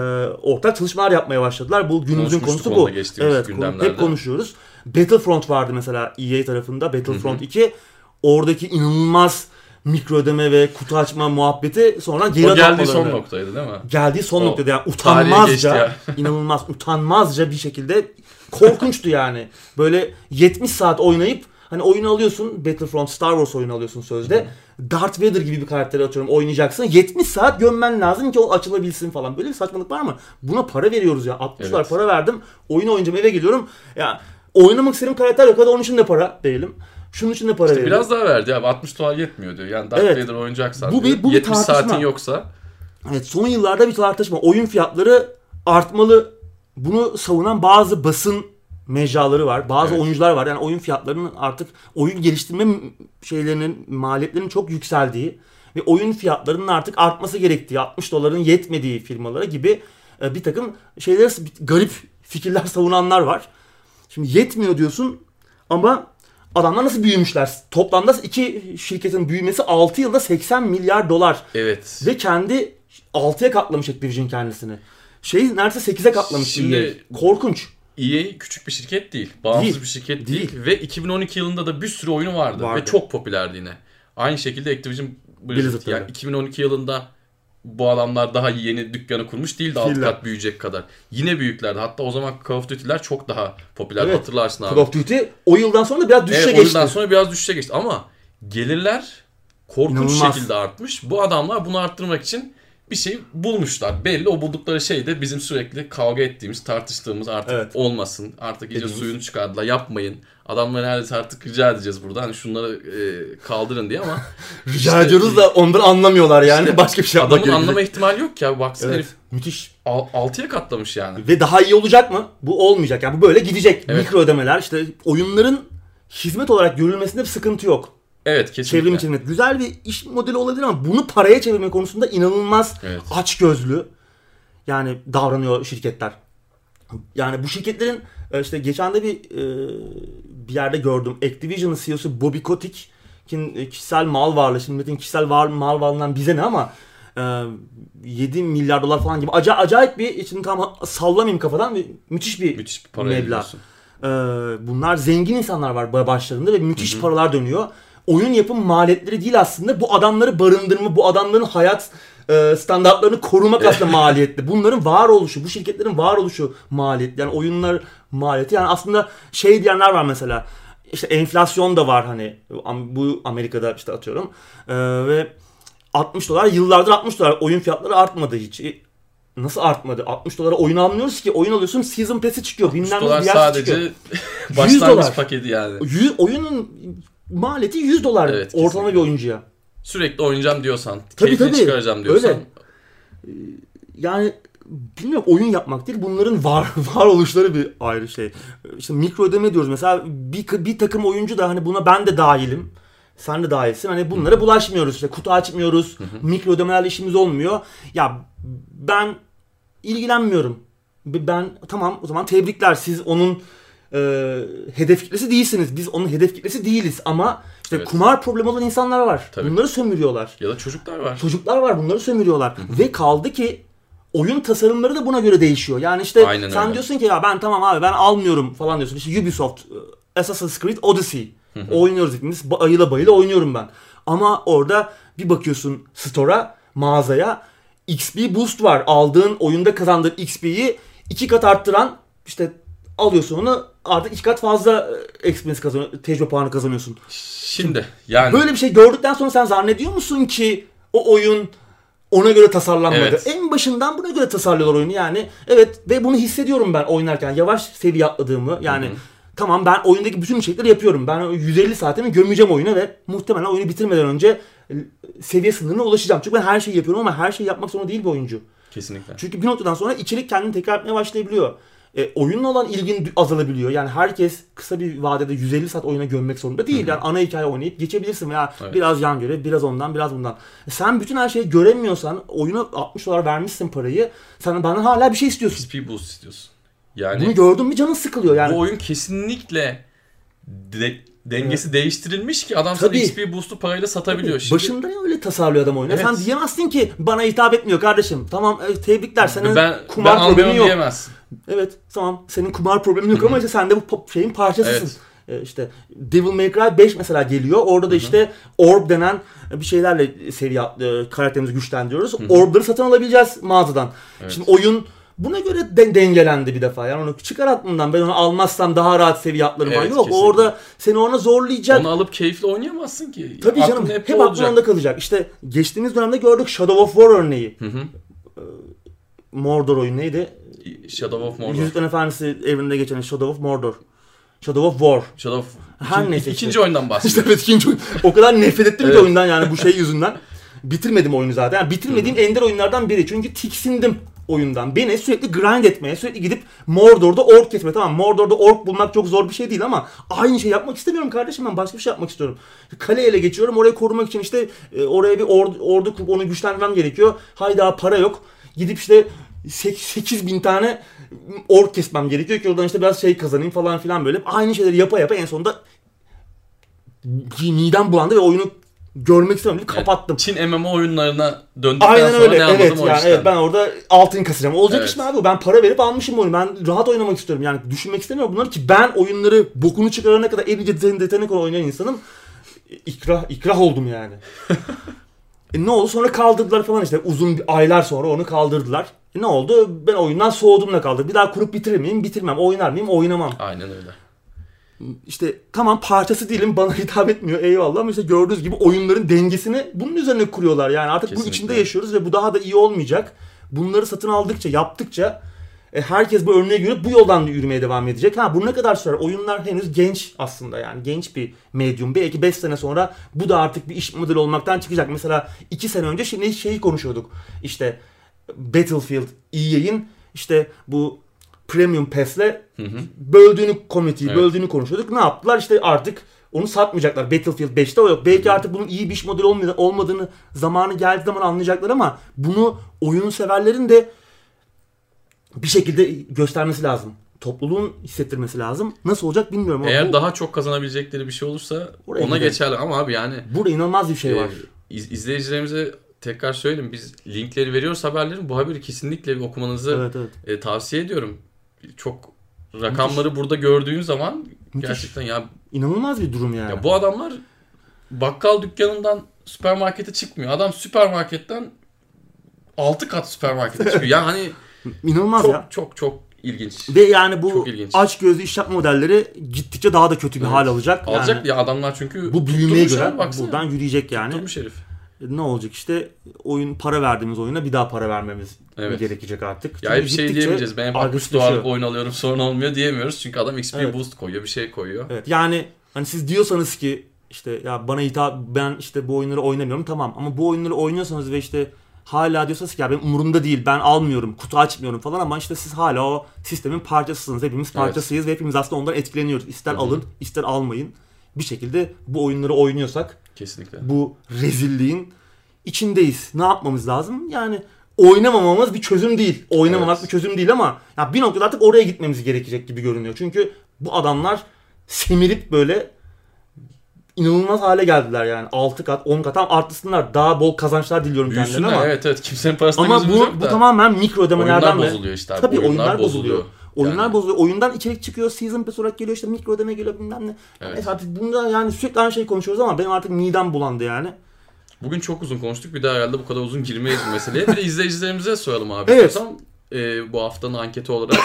ortak çalışmalar yapmaya başladılar. Bu günümüzün konusu bu. Evet, hep konuşuyoruz. Battlefront vardı mesela EA tarafında. Battlefront 2. Oradaki inanılmaz mikro ödeme ve kutu açma muhabbeti sonra geri atmalarına. O geldiği son noktaydı değil mi? Geldiği son noktaydı. Yani utanmazca, inanılmaz utanmazca bir şekilde korkunçtu yani. Böyle 70 saat oynayıp hani oyunu alıyorsun, Battlefront, Star Wars oyunu alıyorsun sözde. Darth Vader gibi bir karakteri atıyorum, oynayacaksın. 70 saat gömmen lazım ki o açılabilsin falan. Böyle bir saçmalık var mı? Buna para veriyoruz ya. 60 dolar para verdim. Oyunu oynayacağım, eve geliyorum. Ya oynamak istediğim karakter yok. Hadi onun için de para verelim. Şunun için de para verelim. Biraz daha verdi ya. 60 dolar yetmiyor diyor. Yani Darth Vader oynayacaksan bu bir 70 saatin yoksa. Evet, son yıllarda bir tartışma. Oyun fiyatları artmalı. Bunu savunan bazı basın mecraları var. Bazı oyuncular var. Yani oyun fiyatlarının artık oyun geliştirme şeylerinin maliyetlerinin çok yükseldiği ve oyun fiyatlarının artık artması gerektiği, 60 doların yetmediği firmalara gibi bir takım şeyler, garip fikirler savunanlar var. Şimdi yetmiyor diyorsun ama adamlar nasıl büyümüşler? Toplamda iki şirketin büyümesi 6 yılda 80 milyar dolar. Evet. Ve kendi 6'ya katlamış Activision kendisini. Neredeyse 8'e katlamış. Şimdi korkunç. EA küçük bir şirket değil. Bağımsız bir şirket değil. Ve 2012 yılında da bir sürü oyunu vardı. Ve çok popülerdi yine. Aynı şekilde Activision Blizzard. Yani 2012 yılında bu adamlar daha yeni dükkanı kurmuş değildi. 6 kat büyüyecek kadar. Yine büyüklerdi. Hatta o zaman Call of Duty'ler çok daha popüler. Evet. Hatırlarsın abi. Call of Duty o yıldan sonra da biraz düşüşe geçti. O yıldan sonra biraz düşüşe geçti. Ama gelirler korkunç şekilde artmış. Bu adamlar bunu arttırmak için bir şey bulmuşlar. Belli, o buldukları şey de bizim sürekli kavga ettiğimiz, tartıştığımız artık olmasın. Artık iyice suyunu çıkardılar. Yapmayın. Adamlara neredeyse artık rica edeceğiz burada. Hani şunları kaldırın diye ama rica ediyoruz da onları anlamıyorlar yani. İşte, başka bir şey adamın anlama ihtimali yok ya. Baksana herif müthiş. 6'ya katlamış yani. Ve daha iyi olacak mı? Bu olmayacak. Yani bu böyle gidecek. Mikro ödemeler, işte oyunların hizmet olarak görülmesinde bir sıkıntı yok. Evet, kesinlikle. Çevrim içi güzel bir iş modeli olabilir ama bunu paraya çevirme konusunda inanılmaz açgözlü yani davranıyor şirketler. Yani bu şirketlerin işte geçen de bir yerde gördüm. Activision'ın CEO'su Bobby Kotick'in kişisel mal varlığı, şimdi milletin kişisel mal varlığından bize ne ama 7 milyar dolar falan gibi acayip bir, şimdi tam sallamayayım kafadan, müthiş bir meblağ. Bunlar zengin insanlar var başlarında ve müthiş paralar dönüyor. Oyun yapım maliyetleri değil aslında, bu adamları barındırma, bu adamların hayat standartlarını korumak aslında maliyetli. Bunların varoluşu, bu şirketlerin varoluşu maliyetli. Yani oyunlar maliyeti. Yani aslında şey diyenler var mesela. İşte enflasyon da var hani. Bu Amerika'da işte atıyorum. Ve 60 dolar, yıllardır 60 dolar. Oyun fiyatları artmadı hiç. Nasıl artmadı? 60 dolara oyun almıyoruz ki. Oyun alıyorsun, Season Pass'i çıkıyor. 60 dolar sadece başlangıç paketi yani. Oyunun maliyeti 100 dolar ortalama bir oyuncuya. Sürekli oynayacağım diyorsan, keyfini çıkaracağım diyorsan. Öyle. Yani bilmiyorum, oyun yapmak değil, bunların varoluşları bir ayrı şey. İşte mikro ödeme diyoruz mesela, bir takım oyuncu da hani buna ben de dahilim. Sen de dahilsin. Hani bunlara bulaşmıyoruz. İşte kutu açmıyoruz. Mikro ödemelerle işimiz olmuyor. Ya ben ilgilenmiyorum. Ben tamam, o zaman tebrikler. Siz onun hedef kitlesi değilsiniz. Biz onun hedef kitlesi değiliz ama işte kumar problemi olan insanlar var. Tabii. Bunları sömürüyorlar. Ya da çocuklar var. Çocuklar var, bunları sömürüyorlar. Ve kaldı ki oyun tasarımları da buna göre değişiyor. Yani işte aynen sen öyle. Diyorsun ki ya ben tamam abi ben almıyorum falan diyorsun. İşte Ubisoft, Assassin's Creed Odyssey oynuyoruz hepimiz. Bayıla bayıla oynuyorum ben. Ama orada bir bakıyorsun store'a, mağazaya, XP Boost var. Aldığın oyunda kazandığın XP'yi 2 kat arttıran, işte alıyorsun onu, artık 2 kat fazla experience kazanıyorsun, tecrübe puanı kazanıyorsun. Şimdi yani böyle bir şey gördükten sonra sen zannediyor musun ki o oyun ona göre tasarlanmadı? Evet. En başından buna göre tasarlıyorlar oyunu yani. Evet, ve bunu hissediyorum ben oynarken. Yavaş seviye atladığımı yani. Tamam, ben oyundaki bütün şeyleri yapıyorum. Ben 150 saatimi gömeceğim oyuna ve muhtemelen oyunu bitirmeden önce seviye sınırına ulaşacağım. Çünkü ben her şeyi yapıyorum ama her şeyi yapmak zorunda değil bir oyuncu. Kesinlikle. Çünkü bir noktadan sonra içerik kendini tekrar etmeye başlayabiliyor. oyunla olan ilgin azalabiliyor. Yani herkes kısa bir vadede 150 saat oyuna gömmek zorunda değil. Yani ana hikaye oynayıp geçebilirsin veya biraz yan görev, biraz ondan, biraz bundan. Sen bütün her şeyi göremiyorsan, oyuna $60 vermişsin parayı. Sen benden hala bir şey istiyorsun. XP boost istiyorsun. Yani bunu gördün mü canın sıkılıyor yani. Bu oyun kesinlikle dengesi değiştirilmiş ki adam sana XP boost'u parayla satabiliyor. Şimdi, başında öyle tasarlıyor adam oyunu. Evet. Sen diyemezsin ki bana hitap etmiyor kardeşim. Tamam tebrikler, senin kumar problemi yok. Diyemezsin. Evet tamam, senin kumar problemi yok ama işte sen de bu şeyin parçasısın. Evet. İşte Devil May Cry 5 mesela geliyor. Orada da işte orb denen bir şeylerle karakterimizi güçlendiriyoruz. Orbları satın alabileceğiz mağazadan. Evet. Şimdi oyun buna göre dengelendi bir defa. Yani onu çıkar aklımdan, ben onu almazsam daha rahat seviye atlarım var. Yok kesinlikle. Orada seni ona zorlayacak. Onu alıp keyifle oynayamazsın ki. Tabii canım, hep aklında kalacak. İşte geçtiğimiz dönemde gördük Shadow of War örneği. Mordor oyunu neydi? Shadow of Mordor. Yüzüklerin Efendisi evreninde geçen Shadow of Mordor. Shadow of War. Her neyse. İkinci oyundan bahsediyorum. İşte ikinci oyun. O kadar nefret ettim ki oyundan yani bu şey yüzünden. Bitirmedim oyunu zaten. Yani bitirmediğim ender oyunlardan biri. Çünkü tiksindim oyundan. Beni sürekli grind etmeye, sürekli gidip Mordor'da ork kesmeye. Tamam, Mordor'da ork bulmak çok zor bir şey değil ama aynı şey yapmak istemiyorum kardeşim, ben başka bir şey yapmak istiyorum. Kale ele geçiyorum, orayı korumak için işte oraya bir ordu kurup onu güçlendirmem gerekiyor. Hayda para yok. Gidip işte 8.000 tane ork kesmem gerekiyor ki oradan işte biraz şey kazanayım falan filan böyle. Aynı şeyleri yapa yapa en sonunda midem bulandı ve oyunu görmek istemiyorum. Kapattım. Çin MMO oyunlarına döndükten sonra ne anladım o işten. Evet, ben orada altın kasacağım. Olacak iş mi abi? Ben para verip almışım bu oyunu. Ben rahat oynamak istiyorum. Yani düşünmek istemiyorum bunları ki ben oyunları bokunu çıkarana kadar en ince detayına kadar oynayan insanım. İkrah oldum yani. Ne oldu? Sonra kaldırdılar falan işte. Uzun aylar sonra onu kaldırdılar. Ne oldu? Ben oyundan soğudumla kaldı. Bir daha kurup bitirir miyim? Bitirmem. Oynar mıyım? Oynamam. Aynen öyle. İşte tamam parçası değilim, bana hitap etmiyor eyvallah ama işte gördüğünüz gibi oyunların dengesini bunun üzerine kuruyorlar. Yani artık bunun içinde yaşıyoruz ve bu daha da iyi olmayacak. Bunları satın aldıkça, yaptıkça herkes bu örneğe göre bu yoldan yürümeye devam edecek. Bu ne kadar sürer? Oyunlar henüz genç aslında, yani genç bir medyum. Belki 5 sene sonra bu da artık bir iş modeli olmaktan çıkacak. Mesela 2 sene önce şimdi şeyi konuşuyorduk. İşte Battlefield, EA'in işte bu Premium Pass'le böldüğünü, böldüğünü konuşuyorduk. Ne yaptılar? İşte artık onu satmayacaklar. Battlefield 5'te o yok. Belki artık bunun iyi bir iş modeli olmadığını zamanı geldiği zaman anlayacaklar ama bunu oyun severlerin de bir şekilde göstermesi lazım. Topluluğun hissettirmesi lazım. Nasıl olacak bilmiyorum. Eğer daha çok kazanabilecekleri bir şey olursa ona geçerler ama abi yani. Burada inanılmaz bir şey var. İzleyicilerimize tekrar söyleyeyim. Biz linkleri veriyoruz haberlerin. Bu haberi kesinlikle bir okumanızı tavsiye ediyorum. Çok rakamları burada gördüğün zaman gerçekten ya inanılmaz bir durum yani. Ya bu adamlar bakkal dükkanından süpermarkete çıkmıyor. Adam süpermarketten 6 kat süpermarkete çıkıyor. Yani hani inanılmaz çok ilginç. Ve yani bu açgözlü iş yapma modelleri gittikçe daha da kötü bir hal alacak. Alacak yani, ya adamlar çünkü bu büyümeye göre buradan yürüyecek yani. Tutturmuş herif. Ne olacak işte para verdiğimiz oyuna bir daha para vermemiz gerekecek artık. Ya bir şey diyemeyeceğiz. Ben 60 dolarlık oyun alıyorum sorun olmuyor diyemiyoruz. Çünkü adam XP boost koyuyor, bir şey koyuyor. Evet. Yani hani siz diyorsanız ki işte ya bana ben işte bu oyunları oynamıyorum, tamam, ama bu oyunları oynuyorsanız ve işte hala diyorsanız ki ya benim umurumda değil, ben almıyorum, kutu açmıyorum falan, ama işte siz hala o sistemin parçasısınız. Hepimiz parçasıyız ve hepimiz aslında ondan etkileniyoruz. İster alın, ister almayın. Bir şekilde bu oyunları oynuyorsak kesinlikle bu rezilliğin içindeyiz. Ne yapmamız lazım? Yani oynamamamız bir çözüm değil. Oynamamak bir çözüm değil ama ya bir noktada artık oraya gitmemiz gerekecek gibi görünüyor. Çünkü bu adamlar semirip böyle inanılmaz hale geldiler yani. 6 kat, 10 kat artsınlar. Daha bol kazançlar diliyorum kendilerine ama. Evet. Kimsenin parasına ama bu tamamen mikro ödemelerden. Oyunlar bozuluyor işte. Tabii oyunlar bozuluyor. Oyunlar bozuluyor. Oyundan içerik çıkıyor. Season pass olarak geliyor, işte mikro ödeme geliyor bilmem ne. Evet. Artık bunda yani sürekli aynı şeyi konuşuyoruz ama benim artık midem bulandı yani. Bugün çok uzun konuştuk. Bir daha herhalde bu kadar uzun girmeyiz bu meseleye. Bir de izleyicilerimize soralım abi. Evet. Bu haftanın anketi olarak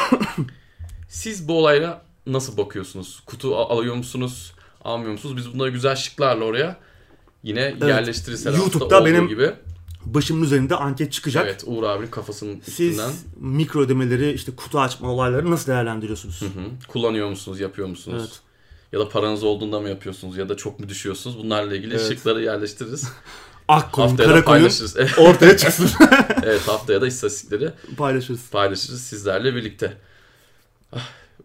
siz bu olayla nasıl bakıyorsunuz? Kutu alıyor musunuz? Almıyor musunuz? Biz bunları güzel şıklarla oraya yine yerleştiririz her YouTube'da hafta benim gibi. Başımın üzerinde anket çıkacak. Evet, Uğur abinin kafasının üstünden. Siz mikro ödemeleri, işte kutu açma olayları nasıl değerlendiriyorsunuz? Kullanıyor musunuz? Yapıyor musunuz? Evet. Ya da paranız olduğunda mı yapıyorsunuz? Ya da çok mu düşüyorsunuz? Bunlarla ilgili şıkları yerleştiririz. Akkoyun, Karakoyun ortaya çıksın. Evet, haftaya da istatistikleri paylaşırız sizlerle birlikte.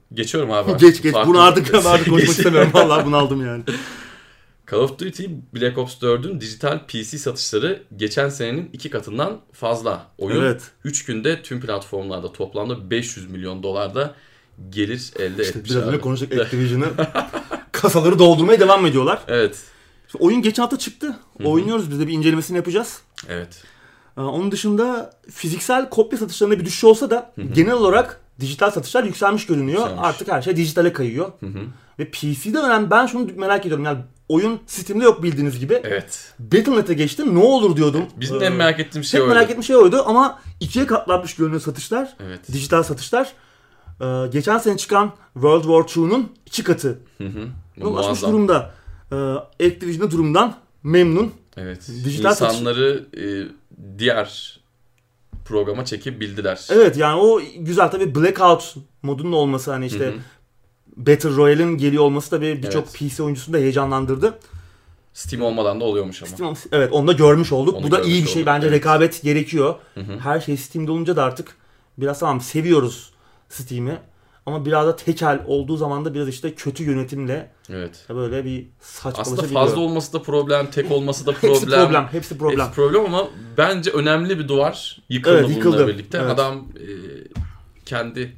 Geçiyorum abi. Geç. Farklı- Bunu artık konuşmak istemiyorum. Vallahi bunu aldım yani. Call of Duty Black Ops 4'ün dijital PC satışları geçen senenin 2 katından fazla. Oyun 3 günde tüm platformlarda toplamda 500 milyon dolarda gelir elde etmiş. Biraz önce konuştuk, Activision'ı kasaları doldurmaya devam ediyorlar. Evet. İşte oyun geçen hafta çıktı. Oynuyoruz, biz de bir incelemesini yapacağız. Evet. Onun dışında fiziksel kopya satışlarında bir düşüş olsa da genel olarak dijital satışlar yükselmiş görünüyor. Artık her şey dijitale kayıyor. Ve PC'de önemli. Ben şunu merak ediyorum. Yani oyun Steam'de yok bildiğiniz gibi. Evet. Battle.net'e geçtim. Ne olur diyordum. Bizim de en merak ettiğim şey oydu. merak ettiğim şey oydu ama ikiye katlanmış görünüyor satışlar. Evet. Dijital satışlar. Geçen sene çıkan World War II'nun 2 katı. Ulaşmış durumda. Activision'da durumdan memnun. Evet. Dijital İnsanları diğer programa çekebildiler. Evet, yani o güzel tabii. Blackout modunun olması, hani işte Battle Royale'in geliyor olması tabii birçok PC oyuncusunu da heyecanlandırdı. Steam olmadan da oluyormuş ama. Steam, evet, onu da görmüş olduk. Onu bu da iyi bir şey. Bence rekabet gerekiyor. Her şey Steam'de olunca da artık biraz tamam seviyoruz Steam'i. Ama biraz da tekel olduğu zaman da biraz işte kötü yönetimle böyle bir saçmalaşabiliyor. Aslında fazla olması da problem, tek olması da problem. Hepsi problem. Hepsi problem ama bence önemli bir duvar yıkıldı bununla birlikte. Evet. Adam kendi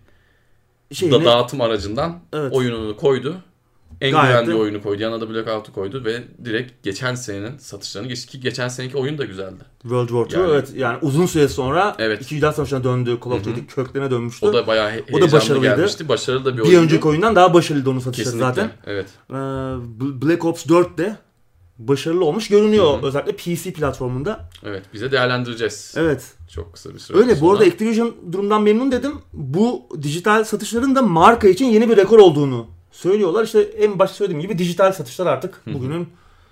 dağıtım aracından oyununu koydu. En güvenli oyunu koydu. Yanına da Blackout'u koydu ve direkt geçen senenin satışlarını geçti ki geçen seneki oyun da güzeldi. World War II yani uzun süre sonra ikinci Dünya Savaşı'na döndü. Call of Duty köklerine dönmüştü. O da bayağı heyecanlı gelmişti. Başarılı da bir oyundu. Bir önceki oyundan daha başarılıydı onun satışları zaten. Evet. Black Ops 4 de başarılı olmuş görünüyor. Özellikle PC platformunda. Evet, bize değerlendireceğiz. Evet. Çok kısa bir süre Öyle sonra. Bu arada Activision durumdan memnun dedim. Bu dijital satışların da marka için yeni bir rekor olduğunu söylüyorlar. İşte en başta söylediğim gibi dijital satışlar artık bugünün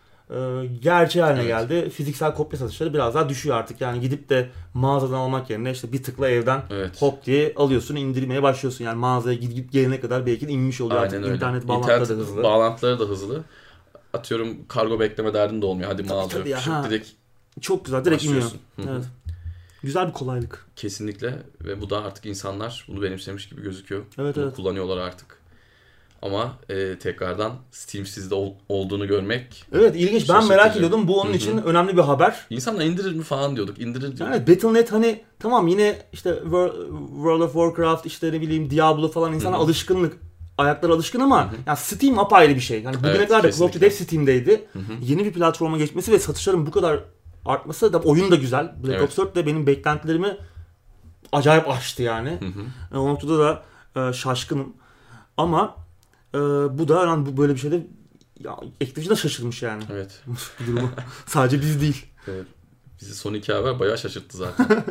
gerçeği haline geldi. Fiziksel kopya satışları biraz daha düşüyor artık. Yani gidip de mağazadan almak yerine işte bir tıkla evden hop diye alıyorsun, indirmeye başlıyorsun. Yani mağazaya gidip gelene kadar belki de inmiş oluyor. Aynen artık. öyle. İnternet bağlantıları da hızlı. Bağlantıları da hızlı. Atıyorum kargo bekleme derdin de olmuyor. Hadi mağaza yok. Direkt çok güzel, direkt iniyor. Evet. Güzel bir kolaylık. Kesinlikle ve bu da artık insanlar bunu benimsemiş gibi gözüküyor. Evet, bunu kullanıyorlar artık. Ama tekrardan Steam'sizde olduğunu görmek ilginç. Ben merak ediyordum. Bu onun için önemli bir haber. İnsanlar indirir mi falan diyorduk. İndirir diyorduk. Yani Battle.net hani tamam yine işte World of Warcraft, işte ne bileyim Diablo falan insana alışkınlık. Ayakları alışkın ama yani Steam apayrı bir şey. Yani bugüne kadar da Call of Duty hep Steam'deydi. Yeni bir platforma geçmesi ve satışların bu kadar artması da oyun da güzel. Black Ops 4 de benim beklentilerimi acayip aştı yani. O noktada da şaşkınım. Ama bu da yani bu böyle bir şeyde Activision da şaşırmış yani. Evet. Bu durumu. Sadece biz değil. Evet. Bizi son iki haber bayağı şaşırttı zaten.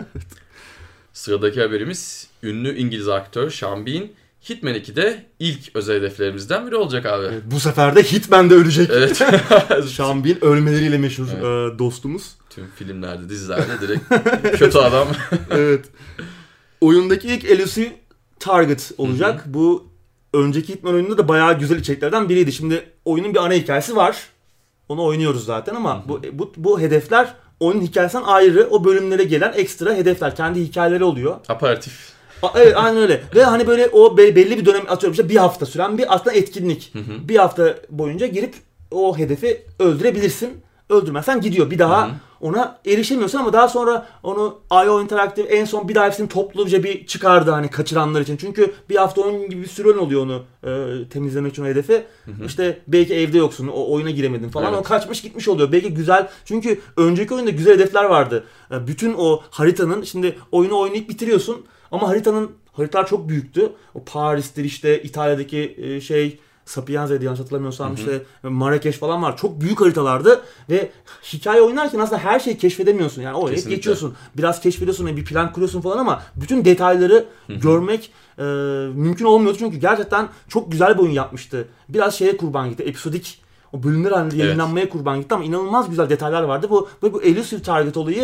Sıradaki haberimiz ünlü İngiliz aktör Sean Bean Hitman 2'de ilk özel hedeflerimizden biri olacak abi. Evet, bu sefer de Hitman de ölecek. Evet. Sean Bean ölmeleriyle meşhur dostumuz. Tüm filmlerde, dizilerde direkt kötü adam. Evet. Oyundaki ilk elusive target olacak. Bu önceki Hitman oyununda da bayağı güzel içeriklerden biriydi. Şimdi oyunun bir ana hikayesi var. Onu oynuyoruz zaten ama bu hedefler oyunun hikayesinden ayrı, o bölümlere gelen ekstra hedefler. Kendi hikayeleri oluyor. Aparatif. Evet, aynen öyle. Ve hani böyle o belli bir dönem, atıyorum işte bir hafta süren bir aslında etkinlik. Bir hafta boyunca girip o hedefi öldürebilirsin. Öldürmezsen gidiyor. Bir daha ona erişemiyorsun ama daha sonra onu IO Interactive en son bir daha hepsini topluca bir çıkardı hani kaçıranlar için. Çünkü bir hafta onun gibi bir süren oluyor onu temizlemek için o hedefi. İşte belki evde yoksun, o oyuna giremedin falan. O kaçmış gitmiş oluyor. Belki güzel. Çünkü önceki oyunda güzel hedefler vardı. Bütün o haritanın, şimdi oyunu oynayıp bitiriyorsun ama haritalar çok büyüktü. O Paris'tir işte, İtalya'daki Sapienze'ydi yanlış hatırlamıyorsam, işte Marrakeş falan var. Çok büyük haritalardı ve hikaye oynarken aslında her şeyi keşfedemiyorsun. Yani oynayıp geçiyorsun. Biraz keşfediyorsun, bir plan kuruyorsun falan ama bütün detayları görmek mümkün olmuyordu. Çünkü gerçekten çok güzel bir oyun yapmıştı. Biraz şeye kurban gitti. Episodik o bölümler halinde yayınlanmaya kurban gitti ama inanılmaz güzel detaylar vardı. Bu elusive target olayı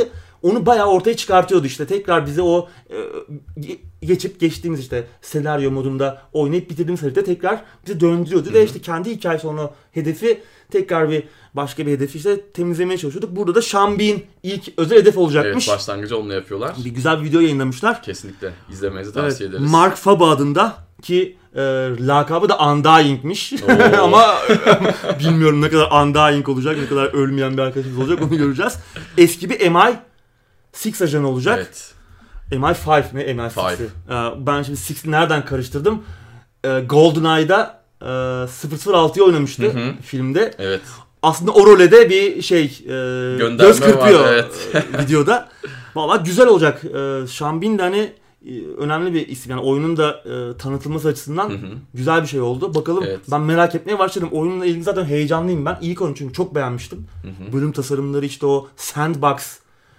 onu bayağı ortaya çıkartıyordu işte. Tekrar bize o geçtiğimiz işte senaryo modunda oynayıp bitirdiğimiz harita tekrar bizi döndürüyordu. Ve işte kendi hikayesi onu hedefi tekrar başka bir hedefi işte temizlemeye çalışıyorduk. Burada da Şambin ilk özel hedef olacakmış. Evet, başlangıcı onunla yapıyorlar. Bir güzel bir video yayınlamışlar. Kesinlikle izlemenizi tavsiye ederiz. Mark Faba adında ki lakabı da Undying'miş. Ama bilmiyorum ne kadar Undying olacak, ne kadar ölmeyen bir arkadaşımız olacak, onu göreceğiz. Eski bir MI6 ajanı olacak. Evet. MI5 mi? MI6'i. Ben şimdi 6'i nereden karıştırdım? GoldenEye'da 006'yı oynamıştı filmde. Evet. Aslında o role de bir göz kırpıyor videoda. Vallahi güzel olacak. Şambin de hani önemli bir isim. Yani oyunun da tanıtılması açısından güzel bir şey oldu. Bakalım, ben merak etmeye başladım. Oyunla ilgili zaten heyecanlıyım ben. İlk oyun çünkü çok beğenmiştim. Bölüm tasarımları, işte o sandbox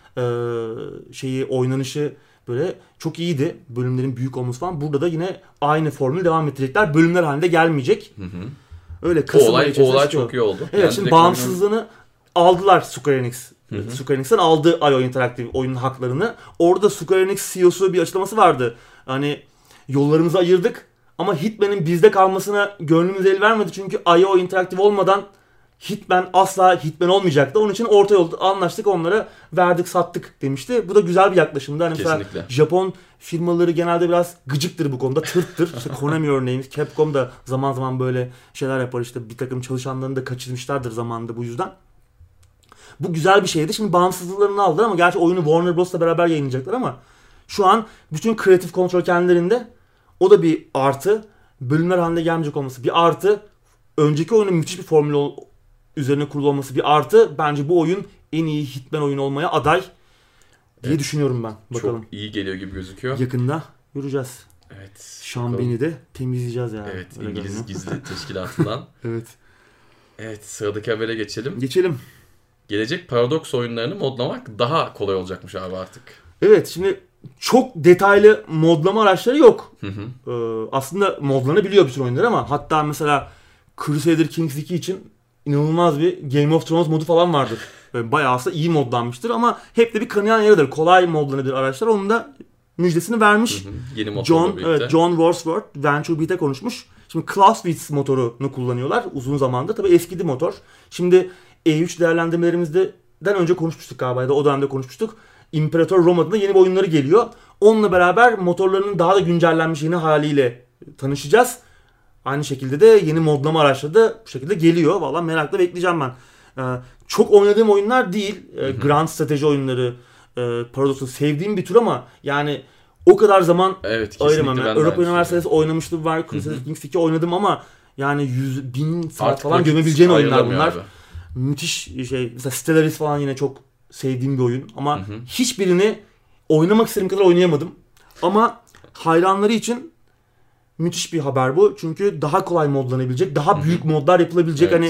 oynanışı böyle çok iyiydi. Bölümlerin büyük olması falan. Burada da yine aynı formül devam ettirecekler. Bölümler halinde gelmeyecek. Öyle o olay çok iyi oldu. Evet, yani şimdi bağımsızlığını aldılar Square Enix. Square Enix'ten aldı IO Interactive oyunun haklarını. Orada Square Enix CEO'su bir açıklaması vardı. Hani yollarımızı ayırdık ama Hitman'in bizde kalmasına gönlümüz el vermedi. Çünkü IO Interactive olmadan Hitman asla Hitman olmayacaktı. Onun için orta yolda anlaştık, onlara verdik, sattık demişti. Bu da güzel bir yaklaşımdı. Hani mesela Japon firmaları genelde biraz gıcıktır bu konuda, tırttır. İşte Konami örneğimiz, Capcom da zaman zaman böyle şeyler yapar. İşte bir takım çalışanlarını da kaçırmışlardır zamanında bu yüzden. Bu güzel bir şeydi. Şimdi bağımsızlıklarını aldılar ama gerçi oyunu Warner Bros'la beraber yayınlayacaklar ama şu an bütün kreatif kontrol kendilerinde. O da bir artı. Bölümler halinde gelmeyecek olması bir artı. Önceki oyunun müthiş bir formül üzerine kurulu olması bir artı. Bence bu oyun en iyi Hitman oyunu olmaya aday diye düşünüyorum ben. Bakalım. Çok iyi geliyor gibi gözüküyor. Yakında göreceğiz. Evet. Şambin'i de temizleyeceğiz yani. Evet, İngiliz gizli teşkilatından. Evet. Evet, sıradaki habere geçelim. Gelecek Paradox oyunlarını modlamak daha kolay olacakmış abi artık. Evet, şimdi çok detaylı modlama araçları yok. Aslında modlanabiliyor bütün oyunlar ama hatta mesela Crusader Kings 2 için inanılmaz bir Game of Thrones modu falan vardır. Böyle bayağı aslında iyi modlanmıştır ama hep de bir kanayan yaradır. Kolay modlanabilir araçlar. Onun da müjdesini vermiş. Yeni motorla birlikte. John Wadsworth Venture Beat'e konuşmuş. Şimdi Clausewitz motorunu kullanıyorlar uzun zamandır. Tabii eskidi motor. Şimdi E3 değerlendirmelerimizden önce konuşmuştuk galiba, ya da o dönemde konuşmuştuk. İmparator Roma'da yeni bir oyunları geliyor. Onunla beraber motorlarının daha da güncellenmiş yeni haliyle tanışacağız. Aynı şekilde de yeni modlama araçları da bu şekilde geliyor. Vallahi merakla bekleyeceğim ben. Çok oynadığım oyunlar değil. Grand strateji oyunları, Paradox'u sevdiğim bir tür ama yani o kadar zaman ayıramam. Yani Europa Universalis oynamıştım var. Crusader Kings 2 oynadım ama yani 100.000 saat artık falan gömebileceğin oyunlar bunlar. Abi. Müthiş Mesela Stellaris falan yine çok sevdiğim bir oyun ama hiçbirini oynamak istediğim kadar oynayamadım. Ama hayranları için müthiş bir haber bu. Çünkü daha kolay modlanabilecek, daha büyük modlar yapılabilecek. Hani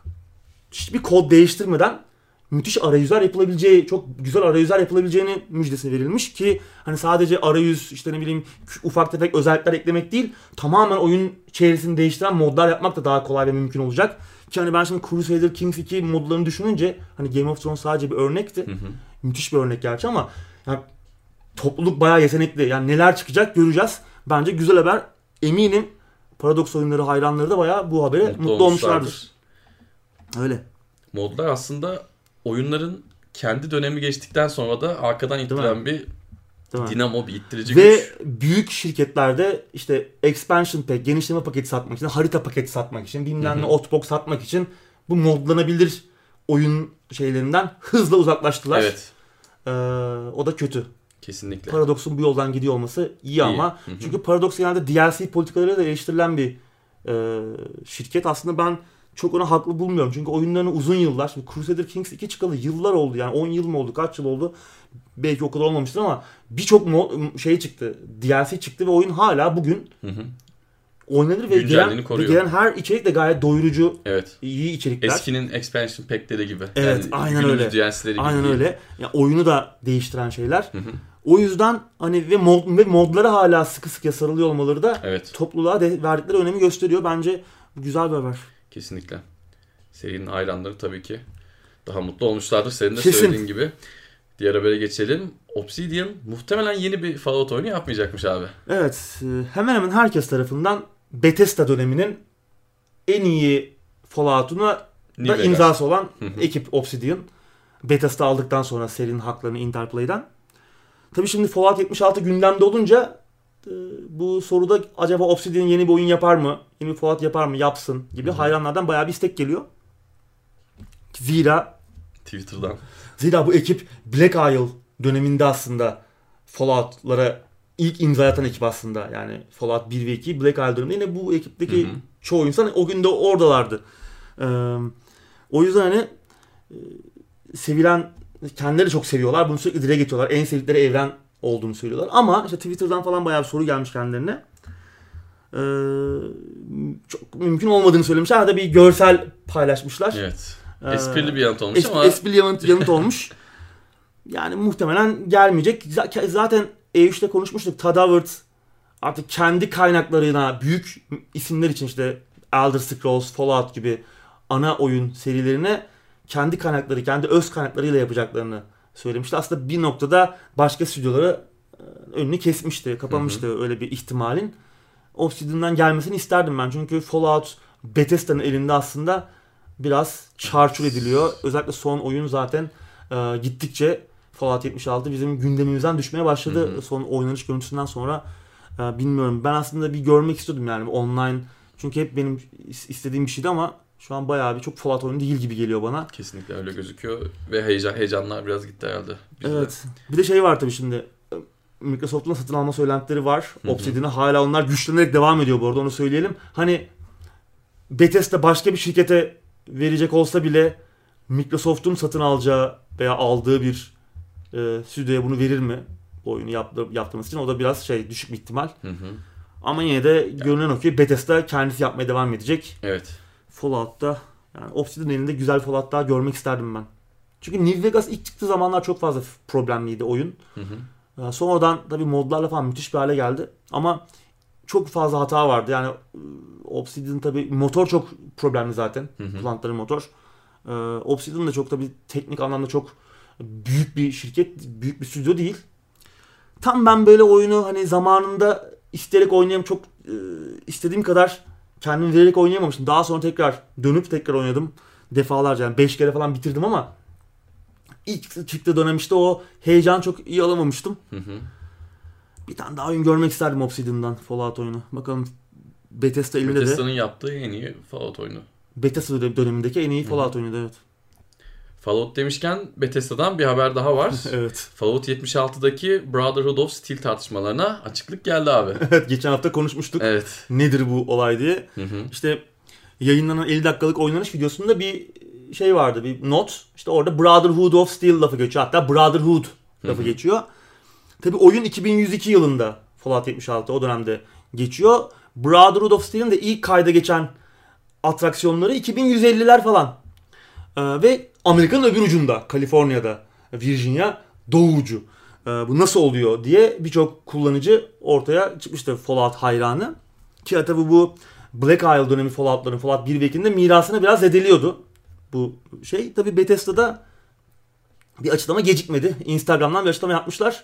hiçbir kod değiştirmeden müthiş arayüzler yapılabileceği, çok güzel arayüzler yapılabileceğini müjdesi verilmiş ki hani sadece arayüz, işte ne bileyim ufak tefek özellikler eklemek değil, tamamen oyun çevresini değiştiren modlar yapmak da daha kolay ve mümkün olacak. Ki hani ben şimdi Crusader Kings 2 modlarını düşününce hani Game of Thrones sadece bir örnekti. Müthiş bir örnek gerçi ama yani topluluk bayağı yetenekli. Yani neler çıkacak göreceğiz. Bence güzel haber. Eminim Paradox oyunları hayranları da bayağı bu habere mutlu olmuşlardır. Öyle. Modlar aslında oyunların kendi dönemi geçtikten sonra da arkadan ittiren bir dinamo, bir ittirici güç. Ve büyük şirketlerde işte expansion pack, genişleme paketi satmak için, harita paketi satmak için, bilmem ne outbox satmak için bu modlanabilir oyun şeylerinden hızla uzaklaştılar. Evet. O da kötü. Kesinlikle. Paradox'un bu yoldan gidiyor olması iyi ama. Çünkü Paradox genelde DLC politikalarıyla da eleştirilen bir şirket. Aslında ben çok onu haklı bulmuyorum. Çünkü oyunlarını uzun yıllar, şimdi Crusader Kings 2 çıkalı yıllar oldu. Yani 10 yıl mı oldu, kaç yıl oldu? Belki o kadar olmamıştır ama birçok çıktı. DLC çıktı ve oyun hala bugün oynanır ve gelen her içerik de gayet doyurucu, iyi içerikler. Eskinin expansion pack'leri gibi. Evet, yani aynen öyle. DLC'leri gibi. Aynen öyle. Yani oyunu da değiştiren şeyler. O yüzden hani ve modlara hala sıkı sıkıya sarılıyor olmaları da topluluğa verdikleri önemi gösteriyor. Bence güzel bir haber. Kesinlikle. Serinin hayranları tabii ki daha mutlu olmuşlardır. Senin de söylediğin gibi. Diğer habere geçelim. Obsidian muhtemelen yeni bir Fallout oyunu yapmayacakmış abi. Evet, hemen hemen herkes tarafından Bethesda döneminin en iyi Fallout'una da imzası olan ekip Obsidian. Bethesda aldıktan sonra serinin haklarını Interplay'den. Tabii şimdi Fallout 76 gündemde olunca bu soruda acaba Obsidian yeni bir oyun yapar mı? Yeni bir Fallout yapar mı? Yapsın gibi hayranlardan bayağı bir istek geliyor. Zira bu ekip Black Isle döneminde aslında Fallout'lara ilk imza atan ekip aslında. Yani Fallout 1 ve 2 Black Isle döneminde yine bu ekipteki çoğu insan o gün de oradalardı. O yüzden hani sevilen, kendileri çok seviyorlar. Bunu sürekli dile getiriyorlar. En sevdikleri evren olduğunu söylüyorlar. Ama işte Twitter'dan falan bayağı bir soru gelmiş kendilerine. Çok mümkün olmadığını söylemişler. Hatta bir görsel paylaşmışlar. Evet. Esprili bir yanıt olmuş ama. Esprili yanıt olmuş. Yani muhtemelen gelmeyecek. Zaten E3'te konuşmuştuk. Todd Howard artık kendi kaynaklarına büyük isimler için işte Elder Scrolls, Fallout gibi ana oyun serilerine kendi kaynakları, kendi öz kaynaklarıyla yapacaklarını söylemişti. Aslında bir noktada başka stüdyolara önünü kesmişti, kapamıştı öyle bir ihtimalin. Obsidian'dan gelmesini isterdim ben. Çünkü Fallout Bethesda'nın elinde aslında biraz çarçur ediliyor. Özellikle son oyun zaten gittikçe Fallout 76 bizim gündemimizden düşmeye başladı. Son oynanış görüntüsünden sonra bilmiyorum. Ben aslında bir görmek istiyordum yani online. Çünkü hep benim istediğim bir şeydi ama şu an bayağı bir çok Fallout oyunu değil gibi geliyor bana. Kesinlikle öyle gözüküyor ve heyecanlar biraz gitti herhalde. Evet. Bir de şey var tabii şimdi. Microsoft'un satın alma söylentileri var. Obsidian'a hala onlar güçlenerek devam ediyor bu arada, onu söyleyelim. Hani Bethesda başka bir şirkete verecek olsa bile Microsoft'un satın alacağı veya aldığı bir stüdyoya bunu verir mi? Bu oyunu yaptığımız için o da biraz düşük bir ihtimal. Ama yine de görünen o ki Bethesda kendisi yapmaya devam edecek. Evet. Fallout'ta yani Obsidian elinde güzel Fallout daha görmek isterdim ben. Çünkü New Vegas ilk çıktığı zamanlar çok fazla problemliydi oyun. Sonradan tabii modlarla falan müthiş bir hale geldi. Ama çok fazla hata vardı. Yani Obsidian tabii motor çok problemli zaten. Kullandıkları motor. Obsidian da çok tabii teknik anlamda çok büyük bir şirket, büyük bir stüdyo değil. Tam ben böyle oyunu hani zamanında isteyerek çok istediğim kadar kendimi vererek oynayamamıştım. Daha sonra tekrar dönüp oynadım. Defalarca yani 5 kere falan bitirdim ama ilk çıktığı dönem işte o heyecanı çok iyi alamamıştım. Bir tane daha oyun görmek isterdim Obsidian'dan, Fallout oyunu. Bakalım Bethesda elinde de. Bethesda'nın yaptığı en iyi Fallout oyunu. Bethesda dönemindeki en iyi Fallout oyunu, evet. Fallout demişken Bethesda'dan bir haber daha var. Evet. Fallout 76'daki Brotherhood of Steel tartışmalarına açıklık geldi abi. Evet, geçen hafta konuşmuştuk. Evet. Nedir bu olay diye. İşte yayınlanan 50 dakikalık oynanış videosunda bir şey vardı, bir not. İşte orada Brotherhood of Steel lafı geçiyor. Hatta Brotherhood lafı geçiyor. Tabii oyun 2102 yılında Fallout 76 o dönemde geçiyor. Brotherhood of Steel'in de ilk kayda geçen atraksiyonları 2150'ler falan. Ve Amerika'nın öbür ucunda, Kaliforniya'da, Virginia doğu ucu. Bu nasıl oluyor diye birçok kullanıcı ortaya çıkmıştı, Fallout hayranı. Ki tabii bu Black Isle dönemi Fallout'ların, Fallout 1 ve 2'nin mirasını biraz zedeliyordu bu şey. Tabii Bethesda'da bir açıklama gecikmedi. Instagram'dan bir açıklama yapmışlar.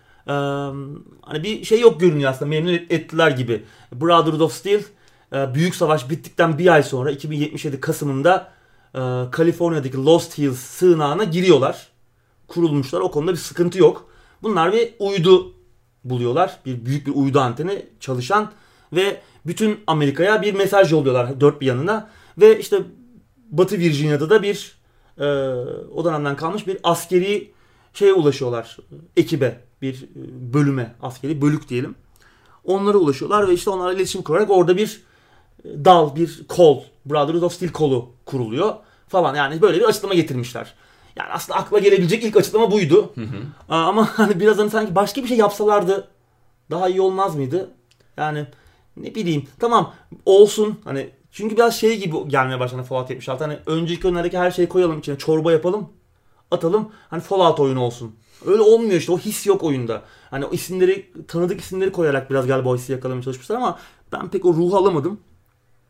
Hani bir şey yok görünüyor aslında, memnun ettiler gibi. Brotherhood of Steel büyük savaş bittikten bir ay sonra 2077 Kasım'ında Kaliforniya'daki Lost Hills sığınağına giriyorlar. Kurulmuşlar. O konuda bir sıkıntı yok. Bunlar bir uydu buluyorlar. Büyük bir uydu anteni çalışan ve bütün Amerika'ya bir mesaj yolluyorlar dört bir yanına. Ve işte Batı Virginia'da da bir o dönemden kalmış bir askeri şeye ulaşıyorlar. Ekibe, bir bölüme, askeri bölük diyelim. Onlara ulaşıyorlar ve işte onlarla iletişim kurarak orada bir dal, bir kol, Brotherhood of Steel kolu kuruluyor falan. Yani böyle bir açıklama getirmişler. Yani aslında akla gelebilecek ilk açıklama buydu. Ama hani biraz hani sanki başka bir şey yapsalardı daha iyi olmaz mıydı? Yani ne bileyim. Tamam olsun hani, çünkü biraz şey gibi gelmeye başladı Fallout 76. Hani önceki oyunlardaki her şeyi koyalım içine, çorba yapalım, atalım. Hani Fallout oyunu olsun. Öyle olmuyor işte. O his yok oyunda. Hani o isimleri, tanıdık isimleri koyarak biraz galiba o hissi yakalamaya çalışmışlar ama ben pek o ruhu alamadım.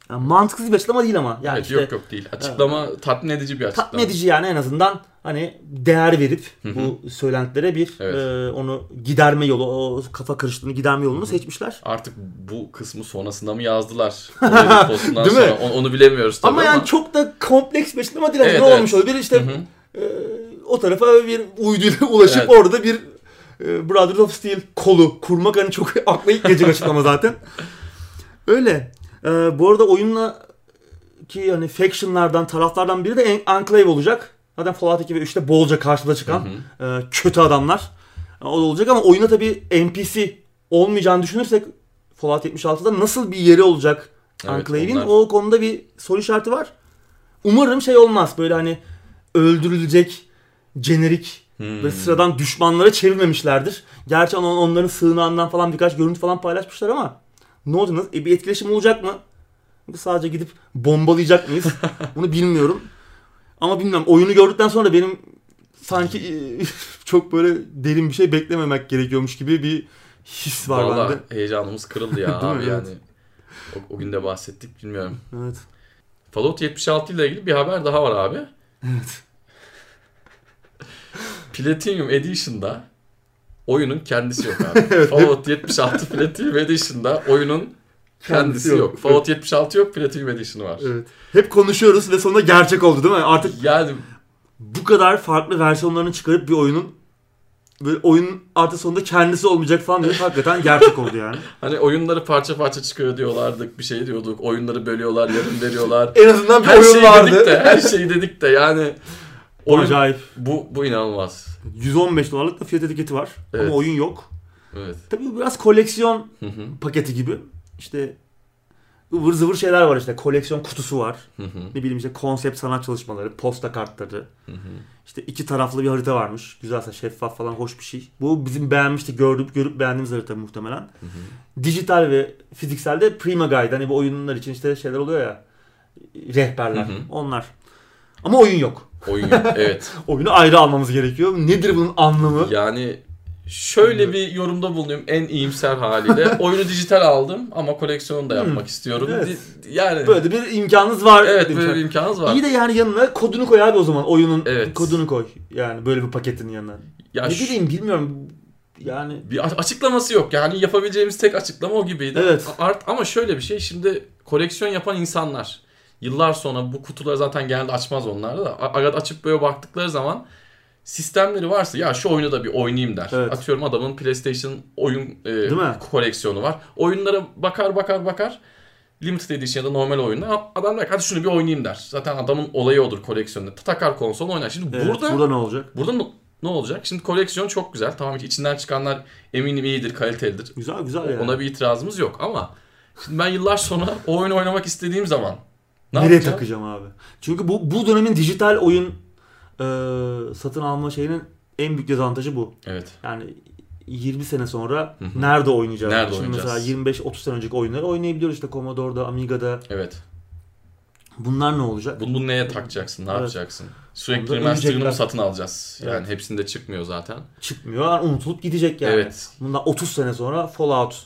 Yani mantıksız bir açıklama değil ama. Yani evet, işte, yok değil. Açıklama tatmin edici bir açıklama. Tatmin edici yani, en azından hani değer verip bu söylentilere bir onu giderme yolu, o kafa karışıklığını giderme yolunu seçmişler. Artık bu kısmı sonrasında mı yazdılar? Değil mi? Onu bilemiyoruz tabii ama. Yani çok da kompleks bir açıklama değil. Ne olmuş olabilir? İşte o tarafa bir uyduyla ulaşıp orada bir Brothers of Steel kolu kurmak hani çok akla ilk gelecek açıklama zaten. Öyle. Bu arada oyunla ki hani factionlardan, taraflardan biri de Enclave olacak. Zaten Fallout 2 ve 3'te bolca karşıda çıkan kötü adamlar. O da olacak ama oyuna tabii NPC olmayacağını düşünürsek Fallout 76'da nasıl bir yeri olacak Enclave'in, o konuda bir soru işareti var. Umarım şey olmaz, böyle hani öldürülecek jenerik ve sıradan düşmanlara çevirmemişlerdir. Gerçi onların sığınağından falan birkaç görüntü falan paylaşmışlar ama ne olacak? Bir etkileşim olacak mı? Sadece gidip bombalayacak mıyız? Bunu bilmiyorum. Ama bilmiyorum. Oyunu gördükten sonra benim sanki çok böyle derin bir şey beklememek gerekiyormuş gibi bir his var bende. Vallahi heyecanımız kırıldı ya abi yani. O gün de bahsettik, bilmiyorum. Evet. Fallout 76 ile ilgili bir haber daha var abi. Evet. Platinum Edition'da oyunun kendisi yok abi. Evet. Fallout 76 Platinum Edition'da oyunun kendisi yok. Fallout 76 yok, Platinum Edition'ı var. Evet. Hep konuşuyoruz ve sonunda gerçek oldu değil mi? Artık yani bu kadar farklı versiyonlarını çıkarıp bir oyunun böyle oyun artık sonunda kendisi olmayacak falan diye hakikaten gerçek oldu yani. Hani oyunları parça parça çıkıyor diyorlardık, bir şey diyorduk. Oyunları bölüyorlar, yarım veriyorlar. En azından bir oyun vardı. Her şeyi dedik de yani oyun, acayip. Bu inanılmaz. $115'lık da fiyat etiketi var. Evet. Ama oyun yok. Evet. Tabii biraz koleksiyon paketi gibi. İşte ıvır zıvır şeyler var işte. Koleksiyon kutusu var. Ne bileyim işte konsept sanat çalışmaları, posta kartları. İşte 2 taraflı bir harita varmış. Güzelse şeffaf falan, hoş bir şey. Bu bizim beğenmiştik, görüp beğendiğimiz harita muhtemelen. Dijital ve fiziksel de Prima Guide. Hani bu oyunlar için işte şeyler oluyor ya. Rehberler. Onlar. Ama oyun yok. Oyun yok, evet. Oyunu ayrı almamız gerekiyor. Nedir bunun anlamı? Yani şöyle bir yorumda bulunuyorum en iyimser haliyle. Oyunu dijital aldım ama koleksiyonu da yapmak istiyorum. Evet. Yani böyle bir imkanınız var. Evet, böyle bir imkanınız var. İyi de yani yanına kodunu koy abi o zaman. Oyunun kodunu koy. Yani böyle bir paketin yanına. Ya ne bileyim, bilmiyorum. Yani bir açıklaması yok. Yani yapabileceğimiz tek açıklama o gibiydi. Evet. Ama şöyle bir şey, şimdi koleksiyon yapan insanlar yıllar sonra bu kutuları zaten genelde açmaz onlar da. Arada açıp böyle baktıkları zaman sistemleri varsa ya şu oyunu da bir oynayayım der. Evet. Atıyorum adamın PlayStation oyun koleksiyonu var. Oyunlara bakar. Limited Edition ya da normal oyunlar. Adam der hadi şunu bir oynayayım der. Zaten adamın olayı odur koleksiyonda. Takar konsol oynar. Şimdi burada ne olacak? Burada ne olacak? Şimdi koleksiyon çok güzel. Tamam, içinden çıkanlar eminim iyidir, kalitelidir. Güzel yani. Ona bir itirazımız yok ama şimdi ben yıllar sonra o oyunu oynamak istediğim zaman nereye takacağım abi? Çünkü bu dönemin dijital oyun satın alma şeyinin en büyük dezavantajı bu. Evet. Yani 20 sene sonra nerede oynayacağız? Şimdi mesela 25-30 sene önceki oyunları oynayabiliyoruz işte Commodore'da, Amiga'da. Evet. Bunlar ne olacak? Bunu neye takacaksın? Ne yapacaksın? Sürekli remaster'ını mı satın alacağız? Yani hepsinde çıkmıyor zaten. Çıkmıyor. Yani unutulup gidecek yani. Evet. Bundan 30 sene sonra Fallout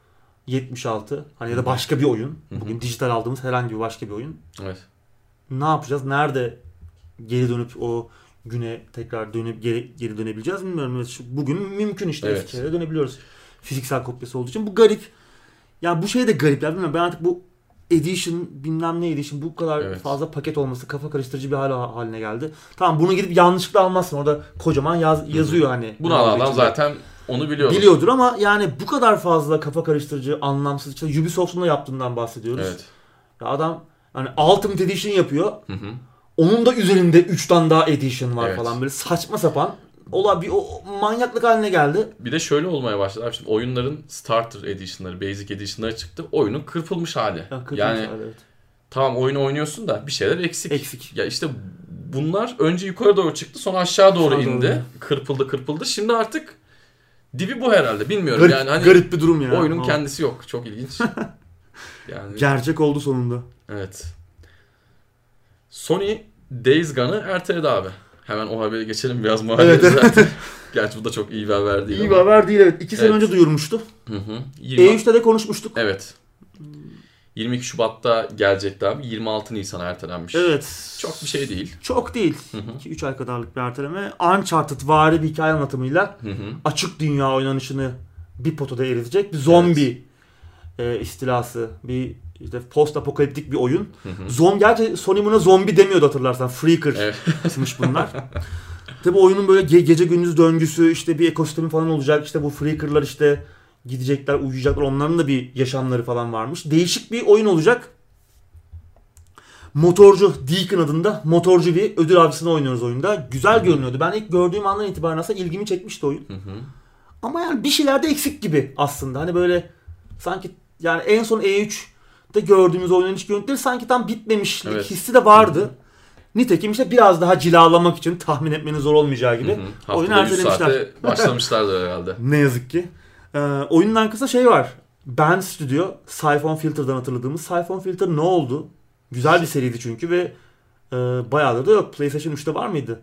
76 hani ya da başka bir oyun. Bugün dijital aldığımız herhangi bir başka bir oyun. Evet. Ne yapacağız? Nerede geri dönüp o güne tekrar dönüp geri dönebileceğiz bilmiyorum. Bugün mümkün işte. Evet. Eski yere dönebiliyoruz. Fiziksel kopyası olduğu için. Bu garip. Yani bu şey de garip. Yani bilmiyorum. Ben artık bu edition bilmem ne edition bu kadar fazla paket olması kafa karıştırıcı bir haline geldi. Tamam, bunu gidip yanlışlıkla almazsın. Orada kocaman yazıyor hani. Bunu alan zaten onu biliyordur ama yani bu kadar fazla kafa karıştırıcı, anlamsız, işte Ubisoft'un da yaptığından bahsediyoruz. Evet. Ya adam hani Ultimate Edition yapıyor. Onun da üzerinde 3 tane daha edition var falan, böyle saçma sapan. O manyaklık haline geldi. Bir de şöyle olmaya başladı. Abi şimdi oyunların Starter Edition'ları, Basic Edition'ları çıktı. Oyunun kırpılmış hali. Yani tamam, oyunu oynuyorsun da bir şeyler eksik. Ya işte bunlar önce yukarı doğru çıktı, sonra aşağı doğru indi. Kırpıldı. Şimdi artık dibi bu herhalde. Bilmiyorum yani. Hani garip bir durum yani. Oyunun kendisi yok. Çok ilginç. Yani gerçek oldu sonunda. Evet. Sony Days Gone'ı erteledi abi. Hemen o haberi geçelim biraz muhabbet zaten. Gerçi bu da çok iyi bir haber değil. İyi bir haber değil, evet. 2 sene önce duyurmuştu. E3'te de konuşmuştuk. Evet. 22 Şubat'ta gelecekti abi. 26 Nisan'a ertelenmiş. Evet. Çok bir şey değil. Çok değil. 2-3 ay kadarlık bir erteleme. Uncharted vari bir hikaye anlatımıyla açık dünya oynanışını bir potada eritecek bir zombi istilası, bir işte post apokaliptik bir oyun. Gerçi Sony buna zombi demiyordu hatırlarsan. Freaker'mış bunlar. Tabi oyunun böyle gece gündüz döngüsü, işte bir ekosistemi falan olacak. İşte bu Freaker'lar işte gidecekler, uyuyacaklar. Onların da bir yaşamları falan varmış. Değişik bir oyun olacak. Motorcu, Deacon adında motorcu bir ödül avcısını oynuyoruz oyunda. Güzel görünüyordu. Ben ilk gördüğüm andan itibaren aslında ilgimi çekmişti oyun. Ama yani bir şeyler de eksik gibi aslında. Hani böyle sanki yani en son E3'te gördüğümüz oynanış görüntüleri sanki tam bitmemişlik hissi de vardı. Nitekim işte biraz daha cilalamak için tahmin etmenin zor olmayacağı gibi oyunu ertelemişler. Saate başlamışlardı herhalde. Ne yazık ki. Oyunun arkasında şey var. Ben Studio, Siphon Filter'dan hatırladığımız. Siphon Filter ne oldu? Güzel bir seriydi çünkü ve bayağıdır da yok. PlayStation 3'te var mıydı?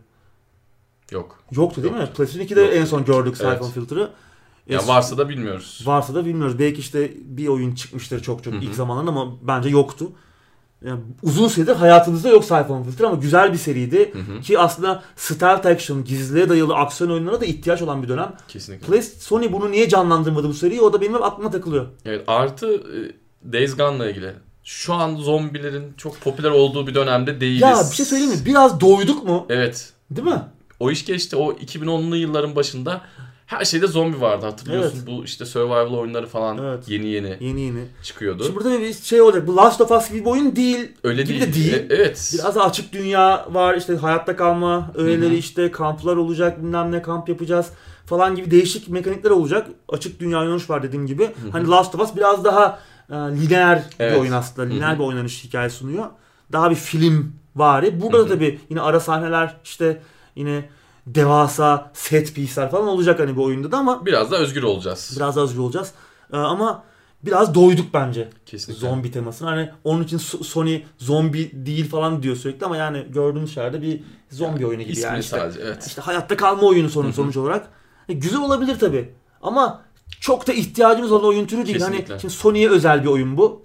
Yoktu değil mi? PlayStation 2'de en son gördük Siphon Filter'ı. Ya varsa da bilmiyoruz. Varsa da bilmiyoruz. Belki işte bir oyun çıkmıştır çok ilk zamanlarda ama bence yoktu. Yani uzun süredir hayatımızda yok Siphon Filter ama güzel bir seriydi. Ki aslında stealth action, gizliliğe dayalı aksiyon oyunlarına da ihtiyaç olan bir dönem. Kesinlikle. Sony bunu niye canlandırmadı bu seriyi? O da benim hep aklıma takılıyor. Evet, artı Days Gone'la ilgili. Şu an zombilerin çok popüler olduğu bir dönemde değiliz. Ya bir şey söyleyeyim mi? Biraz doyduk mu? Evet. Değil mi? O iş geçti. O 2010'lu yılların başında her şeyde zombi vardı, hatırlıyorsun. Bu işte survival oyunları falan yeni çıkıyordu. Şimdi burada bir şey olacak. Bu Last of Us gibi bir oyun değil. Öyle gibi değil. De değil. Evet. Biraz da açık dünya var. İşte hayatta kalma öğeleri, işte kamplar olacak, bilmem ne kamp yapacağız falan gibi değişik mekanikler olacak. Açık dünya oynanış var dediğim gibi. Hani Last of Us biraz daha lineer bir oyun aslında. Lineer bir oynanış hikaye sunuyor. Daha bir film vari. Burada da tabii yine ara sahneler, işte yine devasa set piece'ler falan olacak hani bu oyunda da ama biraz daha özgür olacağız. Ama biraz doyduk bence. Kesinlikle. Zombi temasına. Hani onun için Sony zombi değil falan diyor sürekli ama yani gördüğümüz şeylerde bir zombi oyunu gibi yani işte. Sadece, evet. İşte hayatta kalma oyunu sonuç olarak. Güzel olabilir tabii. Ama çok da ihtiyacımız olan oyun türü değil. Kesinlikle. Hani şimdi Sony'ye özel bir oyun bu.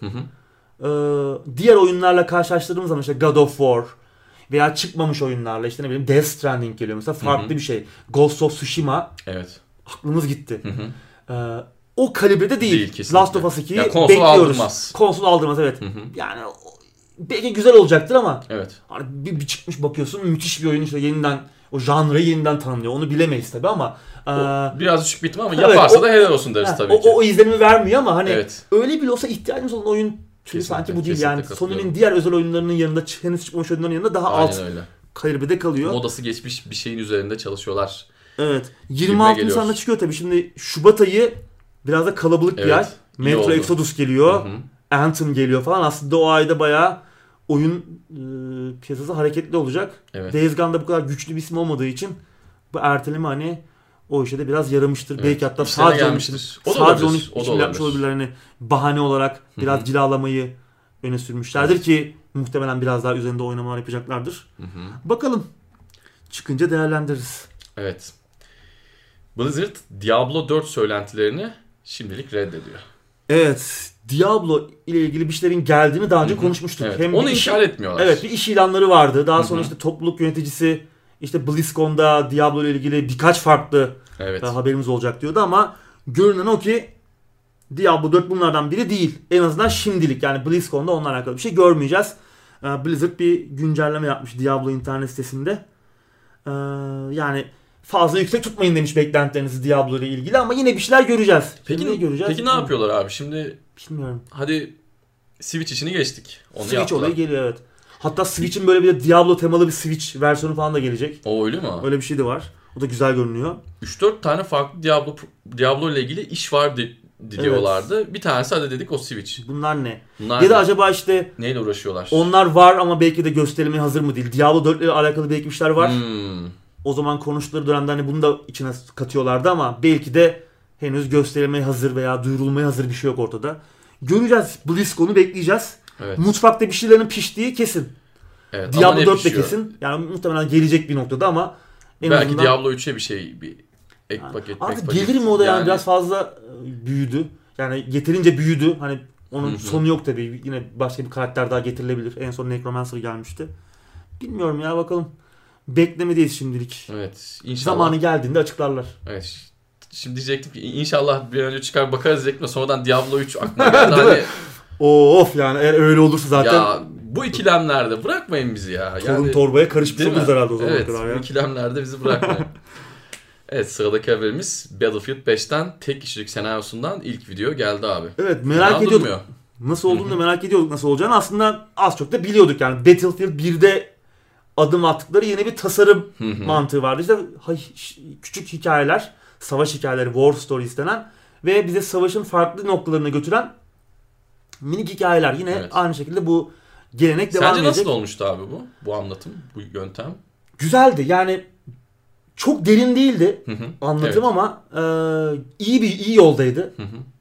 Diğer oyunlarla karşılaştırdığımız zaman işte God of War veya çıkmamış oyunlarla işte ne bileyim Death Stranding geliyor mesela, farklı bir şey. Ghost of Tsushima. Evet. Aklımız gitti. O kalibrede değil. Last of Us 2'yi bekliyoruz. Konsol aldırmaz evet. Yani belki güzel olacaktır ama evet. Hani bir çıkmış bakıyorsun müthiş bir oyun, işte yeniden o janrayı yeniden tanımlıyor. Onu bilemeyiz tabii ama biraz düşük bitim ama yaparsa da helal olsun deriz tabii ki. O izlenimi vermiyor ama hani öyle bile olsa ihtiyacımız olan oyun türü sanki bu değil yani. Sony'nin diğer özel oyunlarının yanında, henüz çıkmamış oyunların yanında daha alt kalibrede kalıyor. Modası geçmiş bir şeyin üzerinde çalışıyorlar. Evet. 26 Nisan'da çıkıyor tabii. Şimdi Şubat ayı biraz da kalabalık bir ay. Metro Exodus geliyor. Anthem geliyor falan. Aslında o ayda bayağı oyun piyasası hareketli olacak. Evet. Days Gone'da bu kadar güçlü bir isim olmadığı için bu erteleme hani o işe de biraz yaramıştır. Evet. Belki hatta sadece onun için yapmış olabilirler. Hani bahane olarak biraz cilalamayı öne sürmüşlerdir ki muhtemelen biraz daha üzerinde oynamalar yapacaklardır. Bakalım. Çıkınca değerlendiririz. Evet. Blizzard Diablo 4 söylentilerini şimdilik reddediyor. Evet. Diablo ile ilgili bir şeylerin geldiğini daha önce konuşmuştuk. Evet. Hem onu inkar etmiyorlar. Evet, bir iş ilanları vardı. Daha sonra işte topluluk yöneticisi işte BlizzCon'da Diablo ile ilgili birkaç farklı haberimiz olacak diyordu ama görünen o ki Diablo 4 bunlardan biri değil. En azından şimdilik yani BlizzCon'da onunla alakalı bir şey görmeyeceğiz. Blizzard bir güncelleme yapmış Diablo internet sitesinde. Yani fazla yüksek tutmayın demiş beklentilerinizi Diablo ile ilgili ama yine bir şeyler göreceğiz. Peki ne yapıyorlar abi? Şimdi bilmiyorum. Hadi Switch işini geçtik. Onu Switch yaptılar. olayı geliyor evet. Hatta Switch'in böyle bir Diablo temalı bir Switch versiyonu falan da gelecek. O öyle mi? Öyle bir şey de var. O da güzel görünüyor. 3-4 tane farklı Diablo ile ilgili iş var diyorlardı. Evet. Bir tanesi hadi dedik o Switch. Bunlar ne? Ya da acaba işte neyle uğraşıyorlar? Onlar var ama belki de gösterilmeye hazır mı değil. Diablo 4 ile alakalı belki bir şeyler var. O zaman konuştukları dönemde hani bunu da içine katıyorlardı ama belki de henüz gösterilmeye hazır veya duyurulmaya hazır bir şey yok ortada. Göreceğiz. BlizzCon'u bekleyeceğiz. Evet. Mutfakta bir şeylerin piştiği kesin. Evet, Diablo 4 de kesin. Yani muhtemelen gelecek bir noktada ama belki azından... Diablo 3'e bir ek paket. Artık gelir mi o da yani biraz fazla büyüdü. Yani yeterince büyüdü. Hani Onun sonu yok tabii. Yine başka bir karakter daha getirilebilir. En son Necromancer gelmişti. Bilmiyorum ya, bakalım. Beklemedeyiz şimdilik. Evet. İnşallah. Zamanı geldiğinde açıklarlar. Evet. Şimdi diyecektim ki inşallah bir an önce çıkar bakarız diyecektim. Sonradan Diablo 3 aklıma geldi. Hani, of yani eğer öyle olursa zaten. Ya bu ikilemlerde bırakmayın bizi ya. Torun torbaya karışmış oluruz herhalde o zaman evet, kadar ya. Bu ikilemlerde bizi bırakmayın. Evet, sıradaki haberimiz Battlefield 5'ten tek kişilik senaryosundan ilk video geldi abi. Evet, merak ediyorduk. Nasıl olduğunu da merak ediyorduk, nasıl olacağını. Aslında az çok da biliyorduk yani. Battlefield 1'de adım attıkları yeni bir tasarım mantığı vardı. İşte küçük hikayeler, savaş hikayeleri, war stories denen ve bize savaşın farklı noktalarına götüren minik hikayeler. Yine aynı şekilde bu gelenek devam edecek. Sence nasıl olmuştu abi bu anlatım, bu yöntem? Güzeldi yani, çok derin değildi anlatım ama iyi yoldaydı.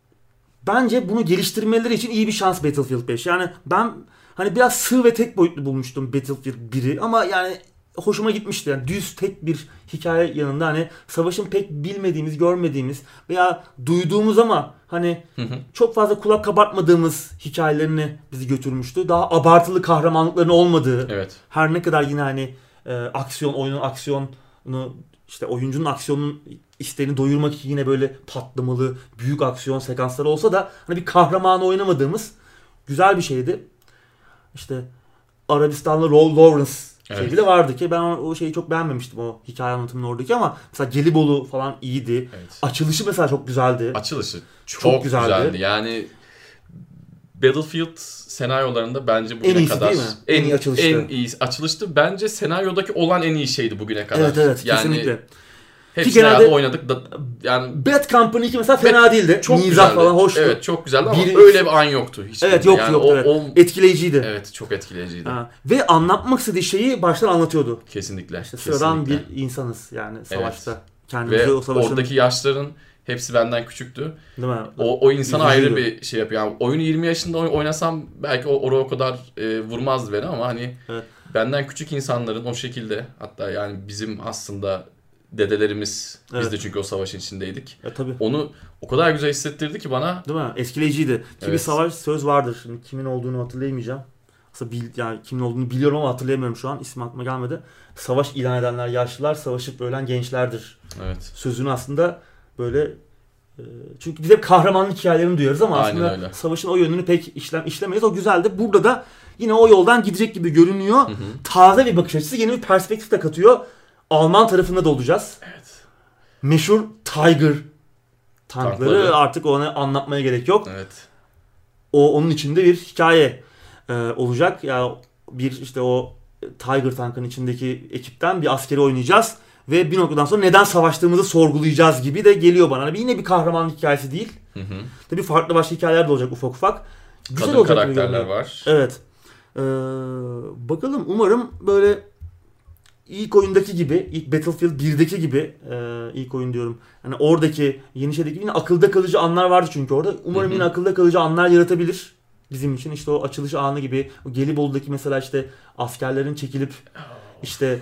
Bence bunu geliştirmeleri için iyi bir şans Battlefield 5. Yani ben hani biraz sığ ve tek boyutlu bulmuştum Battlefield 1'i ama yani hoşuma gitmişti. Yani düz tek bir hikaye yanında hani savaşın pek bilmediğimiz, görmediğimiz veya duyduğumuz ama hani çok fazla kulak kabartmadığımız hikayelerini bizi götürmüştü. Daha abartılı kahramanlıkların olmadığı. Her ne kadar yine hani oyunun aksiyonunu, işte oyuncunun aksiyonun isteğini doyurmak için yine böyle patlamalı büyük aksiyon sekansları olsa da hani bir kahramanı oynamadığımız güzel bir şeydi. İşte Arabistanlı Lawrence şey bile vardı ki ben o şeyi çok beğenmemiştim, o hikaye anlatımının oradaki, ama mesela Gelibolu falan iyiydi. Açılışı mesela çok güzeldi. Açılışı çok güzeldi. Yani Battlefield senaryolarında bence bugüne en iyisi, kadar en iyi açılıştı. En iyi açılıştı. Bence senaryodaki olan en iyi şeydi bugüne kadar. Evet yani, kesinlikle. Hepsini herhalde oynadık da yani Bad Company 2 mesela fena değildi. Çok mizah güzeldi. falan hoştu. Evet, çok güzeldi ama öyle bir an yoktu hiç. Evet, yoktu. Evet. Etkileyiciydi. Evet, çok etkileyiciydi. Ve anlatmak istediği şeyi baştan anlatıyordu. Kesinlikle. İşte sıradan bir insanız yani savaşta. Kendimizi ve o savaşın... oradaki yaşların hepsi benden küçüktü. Değil mi? O insana ayrı bir şey yapıyor. Yani oyunu 20 yaşında oynasam belki o kadar vurmazdı beni ama hani benden küçük insanların o şekilde, hatta yani bizim aslında dedelerimiz, biz de çünkü o savaşın içindeydik. Tabii. Onu o kadar güzel hissettirdi ki bana. Değil mi? Etkileyiciydi. Ki bir savaş söz vardır. Şimdi kimin olduğunu hatırlayamayacağım. Aslında yani kimin olduğunu biliyorum ama hatırlayamıyorum şu an. İsmi aklıma gelmedi. Savaş ilan edenler yaşlılar, savaşıp ölen gençlerdir. Evet. Sözünü aslında böyle çünkü biz hep kahramanlık hikayelerini duyuyoruz ama aslında savaşın o yönünü pek işlemeyiz. O güzeldi. Burada da yine o yoldan gidecek gibi görünüyor. Taze bir bakış açısı, yeni bir perspektif de katıyor. Alman tarafında da olacağız. Evet. Meşhur Tiger tankları artık onu anlatmaya gerek yok. Evet. Onun içinde bir hikaye olacak. Ya bir işte o Tiger tankın içindeki ekipten bir askeri oynayacağız ve bir noktadan sonra neden savaştığımızı sorgulayacağız gibi de geliyor bana. Yani yine bir kahramanlık hikayesi değil. Tabii farklı başka hikayeler de olacak ufak ufak. Güzel kadın karakterler var. Evet. Bakalım, umarım böyle ilk oyundaki gibi, ilk Battlefield 1'deki gibi, ilk oyun diyorum. Yani oradaki yeni şeydeki yine akılda kalıcı anlar vardı çünkü orada. Umarım yine akılda kalıcı anlar yaratabilir bizim için. İşte o açılış anı gibi, o Gelibolu'daki mesela işte askerlerin çekilip işte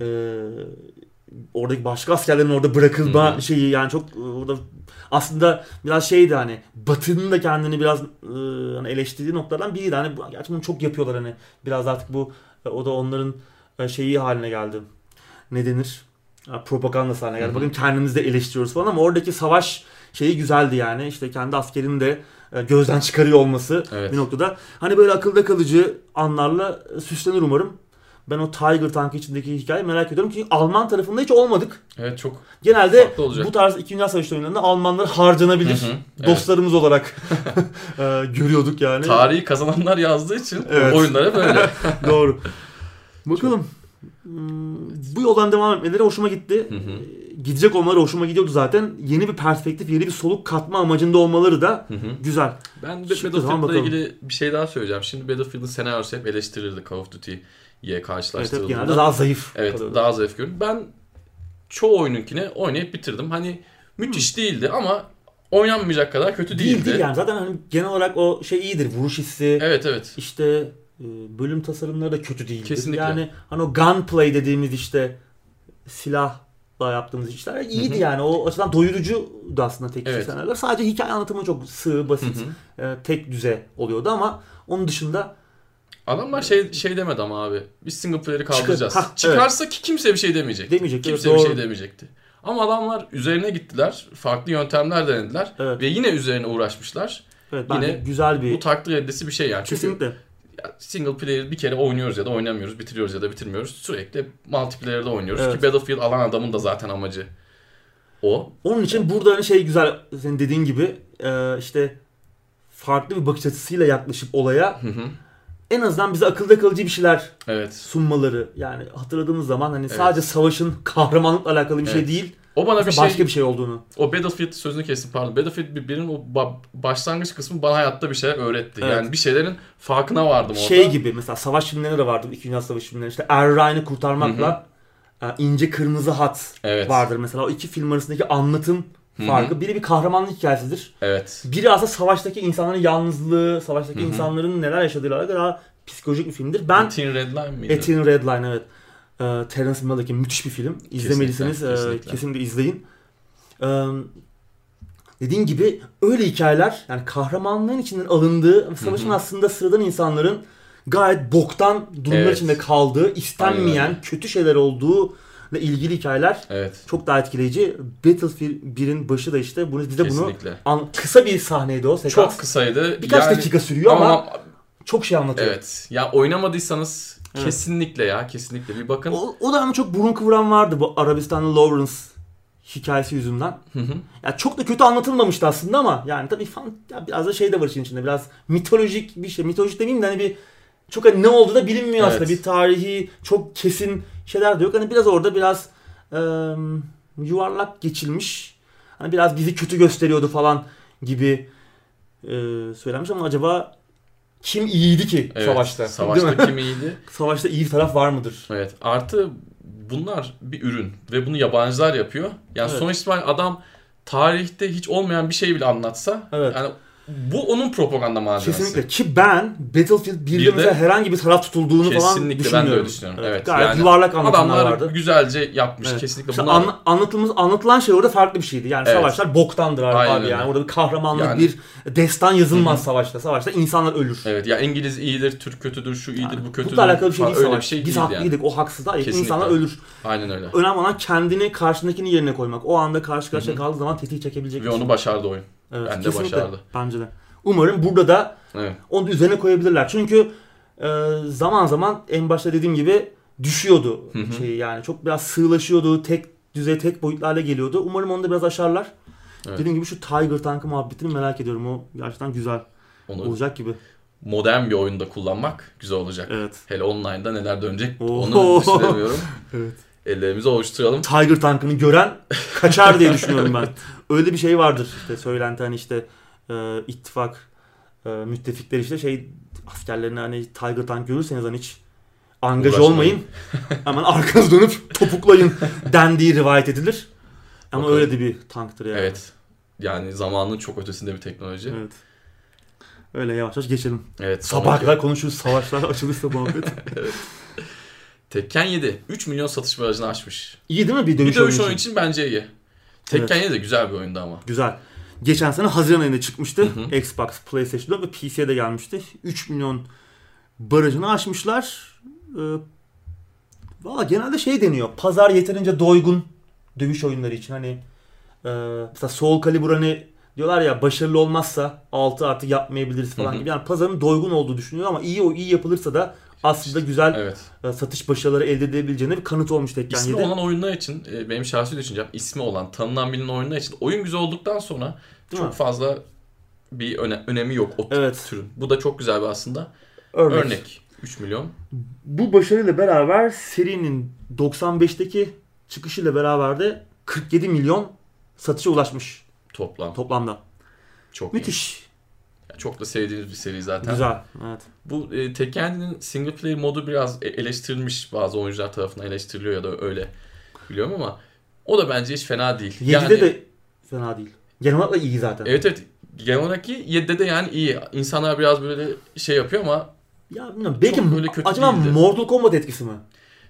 oradaki başka askerlerin orada bırakılma şeyi, yani çok orada aslında biraz şeydi, hani Batı'nın da kendini biraz hani eleştirdiği noktalardan biriydi. Hani gerçi bunu çok yapıyorlar, hani biraz artık bu o da onların şeyi haline geldi. Ne denir? Propagandası haline geldi. Bakın kendimizi de eleştiriyoruz falan ama oradaki savaş şeyi güzeldi yani. İşte kendi askerini de gözden çıkarıyor olması bir noktada. Hani böyle akılda kalıcı anlarla süslenir umarım. Ben o Tiger tankı içindeki hikayeyi merak ediyorum ki Alman tarafında hiç olmadık. Evet, çok genelde bu tarz 2. Dünya Savaşı oyunlarında Almanlar harcanabilir dostlarımız olarak görüyorduk yani. Tarihi kazananlar yazdığı için oyunlara böyle. Doğru. Bakalım. Bu yoldan devam etmeleri hoşuma gitti. Gidecek olmaları hoşuma gidiyordu zaten. Yeni bir perspektif, yeni bir soluk katma amacında olmaları da güzel. Ben Battlefield'la ilgili bir şey daha söyleyeceğim. Şimdi Battlefield'ın senaryosu hep eleştirildi Call of Duty'ye karşılaştırıldığında. Evet, genelde daha zayıf. Evet, daha zayıf görünüyor. Ben çoğu oyununkine oynayıp bitirdim. Hani müthiş değildi ama oynanmayacak kadar kötü değildi. Değil yani. Zaten hani genel olarak o şey iyidir. Vuruş hissi. Evet. İşte bölüm tasarımları da kötü değildir. Kesinlikle. Yani hani o gunplay dediğimiz işte silah yaptığımız işler iyiydi yani. O açıdan doyurucuydu aslında tek kişi senaryolar. Sadece hikaye anlatımı çok sığ, basit, tek düze oluyordu ama onun dışında adamlar şey demedi ama abi. Biz single player'ı kaldıracağız. Çıkarsa ki kimse bir şey demeyecek. Kimse bir şey demeyecekti. Ama adamlar üzerine gittiler. Farklı yöntemler denediler. Ve yine üzerine uğraşmışlar. Evet, yine güzel bir... Bu takdir edilesi bir şey yani. Kesinlikle. Çünkü single player bir kere oynuyoruz ya da oynamıyoruz. Bitiriyoruz ya da bitirmiyoruz. Sürekli multiplayer'da oynuyoruz. Ki Battlefield alan adamın da zaten amacı o. Onun için burada hani güzel, senin dediğin gibi işte farklı bir bakış açısıyla yaklaşıp olaya en azından bize akılda kalıcı bir şeyler sunmaları. Yani hatırladığımız zaman hani sadece savaşın kahramanlıkla alakalı bir şey değil. O bana başka bir şey olduğunu. O Battlefield sözünü kestim pardon. Battlefield 1'in o başlangıç kısmı bana hayatta bir şeyler öğretti. Evet. Yani bir şeylerin farkına vardım orada. Gibi mesela savaş filmlerinde de vardır. 2. Dünya Savaşı filmlerinde işte Er Ryan'ı kurtarmakla İnce Kırmızı Hat vardır mesela. O iki film arasındaki anlatım farkı. Biri bir kahramanlık hikayesidir. Evet. Biri aslında savaştaki insanların yalnızlığı, savaştaki insanların neler yaşadığıyla alakalı daha psikolojik bir filmdir. Thin Red Line miydi? Thin Red Line evet. Terence Malick'in müthiş bir film. İzlemelisiniz. Kesinlikle izleyin. Dediğin gibi öyle hikayeler, yani kahramanlığın içinden alındığı, savaşın aslında sıradan insanların gayet boktan durumlar içinde kaldığı, istenmeyen kötü şeyler olduğu ile ilgili hikayeler çok daha etkileyici. Battlefield 1'in başı da işte bize bunu kısa bir sahneydi o sekans. Çok kısaydı. Birkaç dakika sürüyor ama çok şey anlatıyor. Evet. Ya oynamadıysanız kesinlikle kesinlikle bir bakın. O da ama çok burun kıvıran vardı bu Arabistanlı Lawrence hikayesi yüzünden. Ya çok da kötü anlatılmamıştı aslında ama yani tabii biraz da şey de var işin içinde. Biraz mitolojik bir şey. Mitolojik demeyeyim de hani çok ne olduğu da bilinmiyor aslında. Bir tarihi çok kesin şeyler de yok. Hani biraz orada biraz yuvarlak geçilmiş. Hani biraz bizi kötü gösteriyordu falan gibi söylenmiş ama acaba kim iyiydi ki savaşta? Savaşta kim iyiydi? Savaşta iyi bir taraf var mıdır? Evet. Artı bunlar bir ürün ve bunu yabancılar yapıyor. Yani sonuç itibariyle adam tarihte hiç olmayan bir şey bile anlatsa yani bu onun propaganda malzemesi. Kesinlikle. Ki ben Battlefield 1'de mesela herhangi bir taraf tutulduğunu falan düşünmüyorum. Kesinlikle ben de öyle düşünüyorum. Evet. Gayet yani yuvarlak anlatımlar vardı. Adamlar güzelce yapmış kesinlikle. İşte anlatılan şey orada farklı bir şeydi. Yani savaşlar boktandır abi yani. Orada bir kahramanlık, bir destan yazılmaz savaşta. Savaşta insanlar ölür. Evet ya İngiliz iyidir, Türk kötüdür, şu iyidir, bu kötüdür. Bununla alakalı bir şey değil öyle savaş. Bir şey biz haklıydık, o haksız da insanlar ölür. Aynen öyle. Önemli olan kendini karşındakinin yerine koymak. O anda karşı karşıya kaldığı zaman tetiği çekebilecek. Ve onu başardı oyun. Evet, ben de başardı. Bence de. Umarım burada da onu üzerine koyabilirler. Çünkü zaman zaman en başta dediğim gibi düşüyordu yani çok biraz sığlaşıyordu, tek düzey, tek boyutlu hale geliyordu. Umarım onu da biraz aşarlar. Dediğim gibi şu Tiger tankı muhabbetini merak ediyorum. O gerçekten güzel olacak gibi. Modern bir oyunda kullanmak güzel olacak. Evet. Hele online'da neler dönecek onu düşünemiyorum. Ellerimizi ovuşturalım. Tiger tankını gören kaçar diye düşünüyorum ben. Öyle bir şey vardır işte söylenti hani işte ittifak müttefikleri işte askerlerine hani Tiger tank görürseniz hani hiç angaj olmayın. Hemen arkanızı dönüp topuklayın dendiği rivayet edilir. Ama öyle de bir tanktır yani. Evet. Yani zamanın çok ötesinde bir teknoloji. Evet. Öyle yavaş yavaş geçelim. Evet. Sabah kadar konuşuruz. Savaşlar açılırsa muhabbet. Evet. Tekken 7 3 milyon satış barajını aşmış. İyi değil mi bir dövüş oyun için bence iyi. Tekken 7 de güzel bir oyundu ama. Güzel. Geçen sene Haziran ayında çıkmıştı. Xbox, PlayStation 4 ve PC'ye de gelmişti. 3 milyon barajını aşmışlar. Valla genelde deniyor. Pazar yeterince doygun dövüş oyunları için. Hani mesela Soul Calibur hani diyorlar ya başarılı olmazsa 6 artı yapmayabiliriz falan gibi. Yani pazarın doygun olduğu düşünüyor ama iyi yapılırsa da aslında güzel satış başarıları elde edebileceğine bir kanıt olmuş Tekken 7. İsmi olan oyunlar için benim şahsi düşüncem ismi olan, tanınan bilinen oyunlar için oyun güzel olduktan sonra çok fazla bir önemi yok o türün. Bu da çok güzel bir aslında örnek. 3 milyon. Bu başarıyla beraber serinin 95'teki çıkışıyla beraber de 47 milyon satışa ulaşmış. Toplamda. Çok müthiş. Yani çok da sevdiğimiz bir seri zaten. Güzel. Evet. Bu Tekken'in single player modu biraz eleştirilmiş, bazı oyuncular tarafından eleştiriliyor ya da öyle biliyorum ama o da bence hiç fena değil. 7'de de fena değil. Genel olarak iyi zaten. Evet. Genel olarak iyi. 7'de de yani iyi. İnsanlar biraz böyle yapıyor ama ya bilmiyorum. Belki böyle kötü acaba değildi. Mortal Kombat etkisi mi?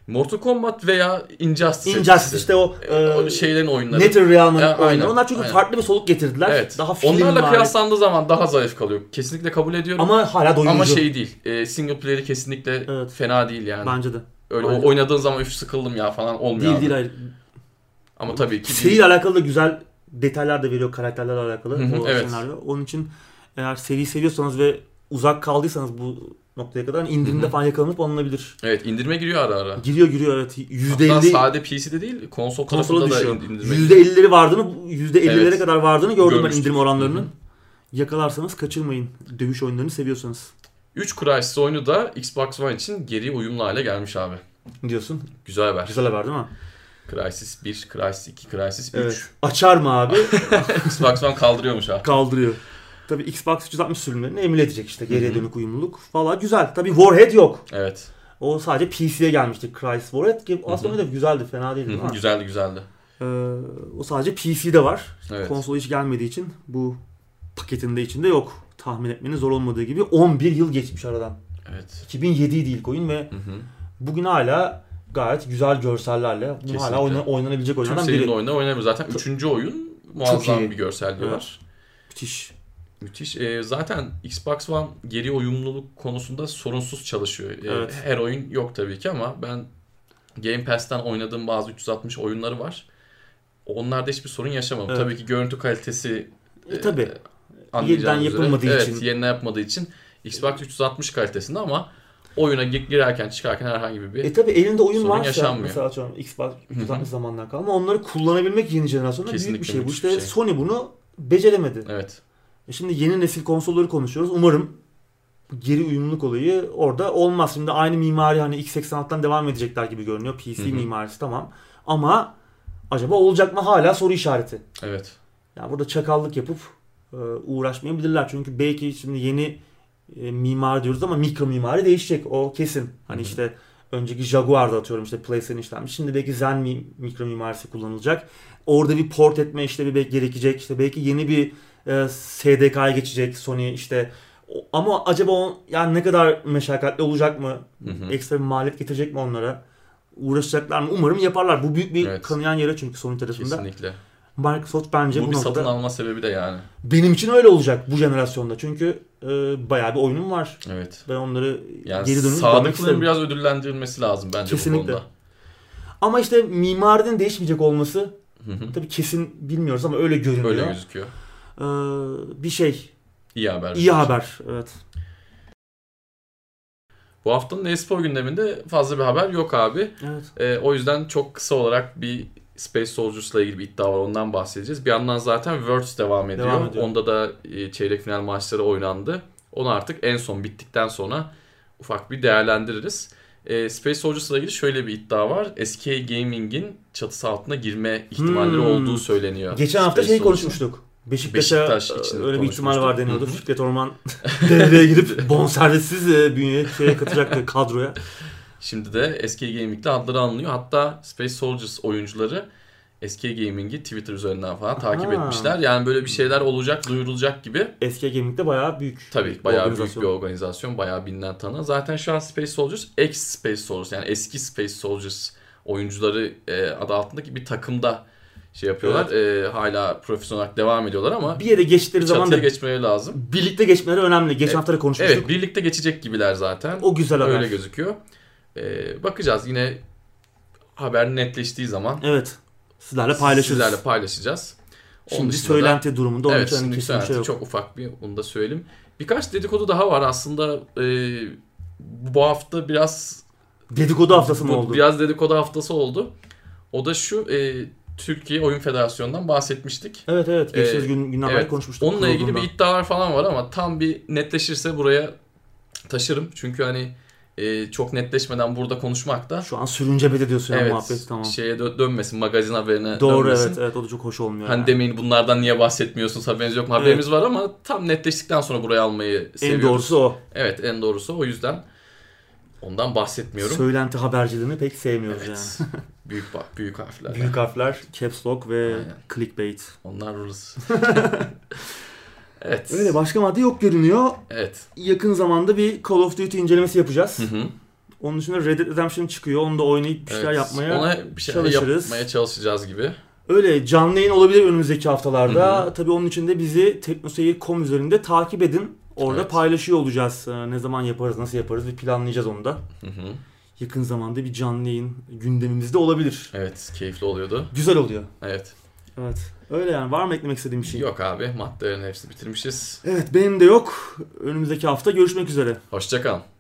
Mortal Kombat veya Injustice. Injustice işte o şeylerin oyunları. NetherRealm'ın oyunları. Aynen, Onlar çünkü farklı bir soluk getirdiler. Evet. Daha film onlarla kıyaslandığı zaman daha zayıf kalıyor. Kesinlikle kabul ediyorum. Ama hala doyurucu. Ama şey değil. Single player'i kesinlikle fena değil yani. Bence de. Öyle oynadığın zaman sıkıldım ya falan olmuyor. Değil hayır. Ama tabii ki seriyle alakalı da güzel detaylar da veriyor karakterlerle alakalı. Evet. Senaryo. Onun için eğer seri seviyorsanız ve uzak kaldıysanız bu noktaya kadar indirimde falan yakalanıp alınabilir. Evet, indirime giriyor ara ara. Giriyor evet. %50. Hatta sade PC'de değil, konsol tarafında da indirime %50'leri vardığını, %50'lere kadar vardığını gördüm ben indirim oranlarının. Hı-hı. Yakalarsanız kaçırmayın. Dövüş oyunlarını seviyorsanız. 3 Crysis oyunu da Xbox One için geri uyumlu hale gelmiş abi. Ne diyorsun? Güzel haber. Güzel haber değil mi? Crysis 1, Crysis 2, Crysis 3. Evet. Açar mı abi? Xbox One kaldırıyormuş abi. Kaldırıyor. Tabii Xbox 360 sürümlerini emüle edecek işte geriye dönük uyumluluk. Valla güzel. Tabii Warhead yok. Evet. O sadece PC'ye gelmişti Crysis Warhead ki aslında da güzeldi, fena değildi. Güzeldi. O sadece PC'de var. Evet. Konsola hiç gelmediği için bu paketinde içinde yok. Tahmin etmeniz zor olmadığı gibi 11 yıl geçmiş aradan. Evet. 2007 idi ilk oyun ve bugün hala gayet güzel görsellerle hala oynanabilecek oyunlardan biri. Tüm serinin oynanabilir. Zaten 3. oyun muazzam bir görselliği var. Müthiş. Zaten Xbox One geri uyumluluk konusunda sorunsuz çalışıyor. Evet. Her oyun yok tabii ki ama ben Game Pass'ten oynadığım bazı 360 oyunları var. Onlarda hiçbir sorun yaşamadım. Evet. Tabii ki görüntü kalitesi tabii. Yeniden yapılmadığı için. Evet, yeniden yapmadığı için Xbox 360 kalitesinde ama oyuna girerken çıkarken herhangi bir tabii elinde oyun varsa yaşanmıyor. Mesela atıyorum Xbox 360 zamandan kalma onları kullanabilmek yeni jenerasyonda büyük bir şey. Bu işte Sony bunu beceremedi. Evet. Şimdi yeni nesil konsolları konuşuyoruz. Umarım geri uyumluluk olayı orada olmaz. Şimdi aynı mimari hani x86'dan devam edecekler gibi görünüyor. PC mimarisi tamam. Ama acaba olacak mı hala soru işareti. Evet. Yani burada çakallık yapıp uğraşmayabilirler. Çünkü belki şimdi yeni mimari diyoruz ama mikro mimari değişecek. O kesin. Hani işte önceki Jaguar'da atıyorum işte PlayStation işlenmiş. Şimdi belki Zen mikro mimarisi kullanılacak. Orada bir port etme işte belki gerekecek. İşte belki yeni bir SDK'ya geçecek Sony işte. Ama acaba yani ne kadar meşakkatli olacak mı? Ekstra bir maliyet getirecek mi onlara? Uğraşacaklar mı? Umarım yaparlar. Bu büyük bir kanayan yere çünkü Sony tarafında. Kesinlikle. Microsoft bence bu bir noktada satın alma sebebi de yani. Benim için öyle olacak bu jenerasyonda. Çünkü bayağı bir oyunum var. Evet. Ben onları yani geri dönüp sadıklığın biraz ödüllendirilmesi lazım bence kesinlikle bu konuda. Ama işte mimarinin değişmeyecek olması tabii kesin bilmiyoruz ama öyle görünüyor. Öyle gözüküyor. Bir şey. İyi haber. İyi haber. Evet. Bu haftanın e-spor gündeminde fazla bir haber yok abi. Evet. O yüzden çok kısa olarak bir Space Soldiers'la ilgili bir iddia var. Ondan bahsedeceğiz. Bir yandan zaten Worlds devam ediyor. Onda da çeyrek final maçları oynandı. Onu artık en son bittikten sonra ufak bir değerlendiririz. Space Soldiers'la ilgili şöyle bir iddia var. SK Gaming'in çatısı altına girme ihtimalleri olduğu söyleniyor. Geçen hafta konuşmuştuk. Beşiktaş için öyle bir ihtimal var deniyordu. Fikret Orman devreye girip bonservissiz bünyeye katacaktı kadroya. Şimdi de SK Gaming'de adları anılıyor. Hatta Space Soldiers oyuncuları SK Gaming'i Twitter üzerinden falan takip etmişler. Yani böyle bir şeyler olacak, duyurulacak gibi. SK Gaming'de bayağı büyük. Tabii bayağı büyük bir organizasyon, bayağı bilinen tanı. Zaten şu an Space Soldiers, ex-Space Soldiers yani eski Space Soldiers oyuncuları adı altındaki bir takımda yapıyorlar. Evet. Hala profesyonel devam ediyorlar ama bir yere geçtikleri zaman da geçmeleri lazım. Birlikte geçmeleri önemli. Geçen hafta da konuşmuştuk. Evet, birlikte geçecek gibiler zaten. O güzel haber. Öyle gözüküyor. Bakacağız yine haber netleştiği zaman. Evet. Sizlerle paylaşacağız. Şimdi söylenti durumunda onun için kesin bir şey yok. Çok ufak bir onu da söyleyeyim. Birkaç dedikodu daha var aslında. Bu hafta biraz dedikodu haftası mı oldu? Biraz dedikodu haftası oldu. O da şu Türkiye Oyun Federasyonu'ndan bahsetmiştik. Evet. Geçtiğimiz günlerde konuşmuştuk. Onunla ilgili bir iddialar falan var ama tam bir netleşirse buraya taşırım. Çünkü hani çok netleşmeden burada konuşmak da şu an sürüncebede diyorsun ya muhabbet tamam. Şeye dönmesin, magazin haberine doğru, dönmesin. Evet o da çok hoş olmuyor. Hani demeyin bunlardan niye bahsetmiyorsunuz, haberiniz yok mu? Haberimiz var ama tam netleştikten sonra buraya almayı seviyoruz. En doğrusu o. Evet, en doğrusu o yüzden ondan bahsetmiyorum. Söylenti haberciliğini pek sevmiyoruz yani. büyük harfler. Büyük harfler, caps lock ve clickbait. Onlar rules. Evet. Öyle başka madde yok görünüyor. Evet. Yakın zamanda bir Call of Duty incelemesi yapacağız. Onun dışında Red Dead Redemption çıkıyor. Onu da oynayıp bir şeyler yapmaya ona bir şeyler çalışırız. Yapmaya çalışacağız gibi. Öyle canlı yayın olabilir önümüzdeki haftalarda. Tabii onun için de bizi teknoseyir.com üzerinde takip edin. Orada paylaşıyor olacağız. Ne zaman yaparız, nasıl yaparız bir planlayacağız onu da. Yakın zamanda bir canlı yayın gündemimizde olabilir. Evet, keyifli oluyordu. Güzel oluyor. Evet. Evet. Öyle yani. Var mı eklemek istediğim bir şey? Yok abi. Maddelerin hepsini bitirmişiz. Evet, benim de yok. Önümüzdeki hafta görüşmek üzere. Hoşça kalın.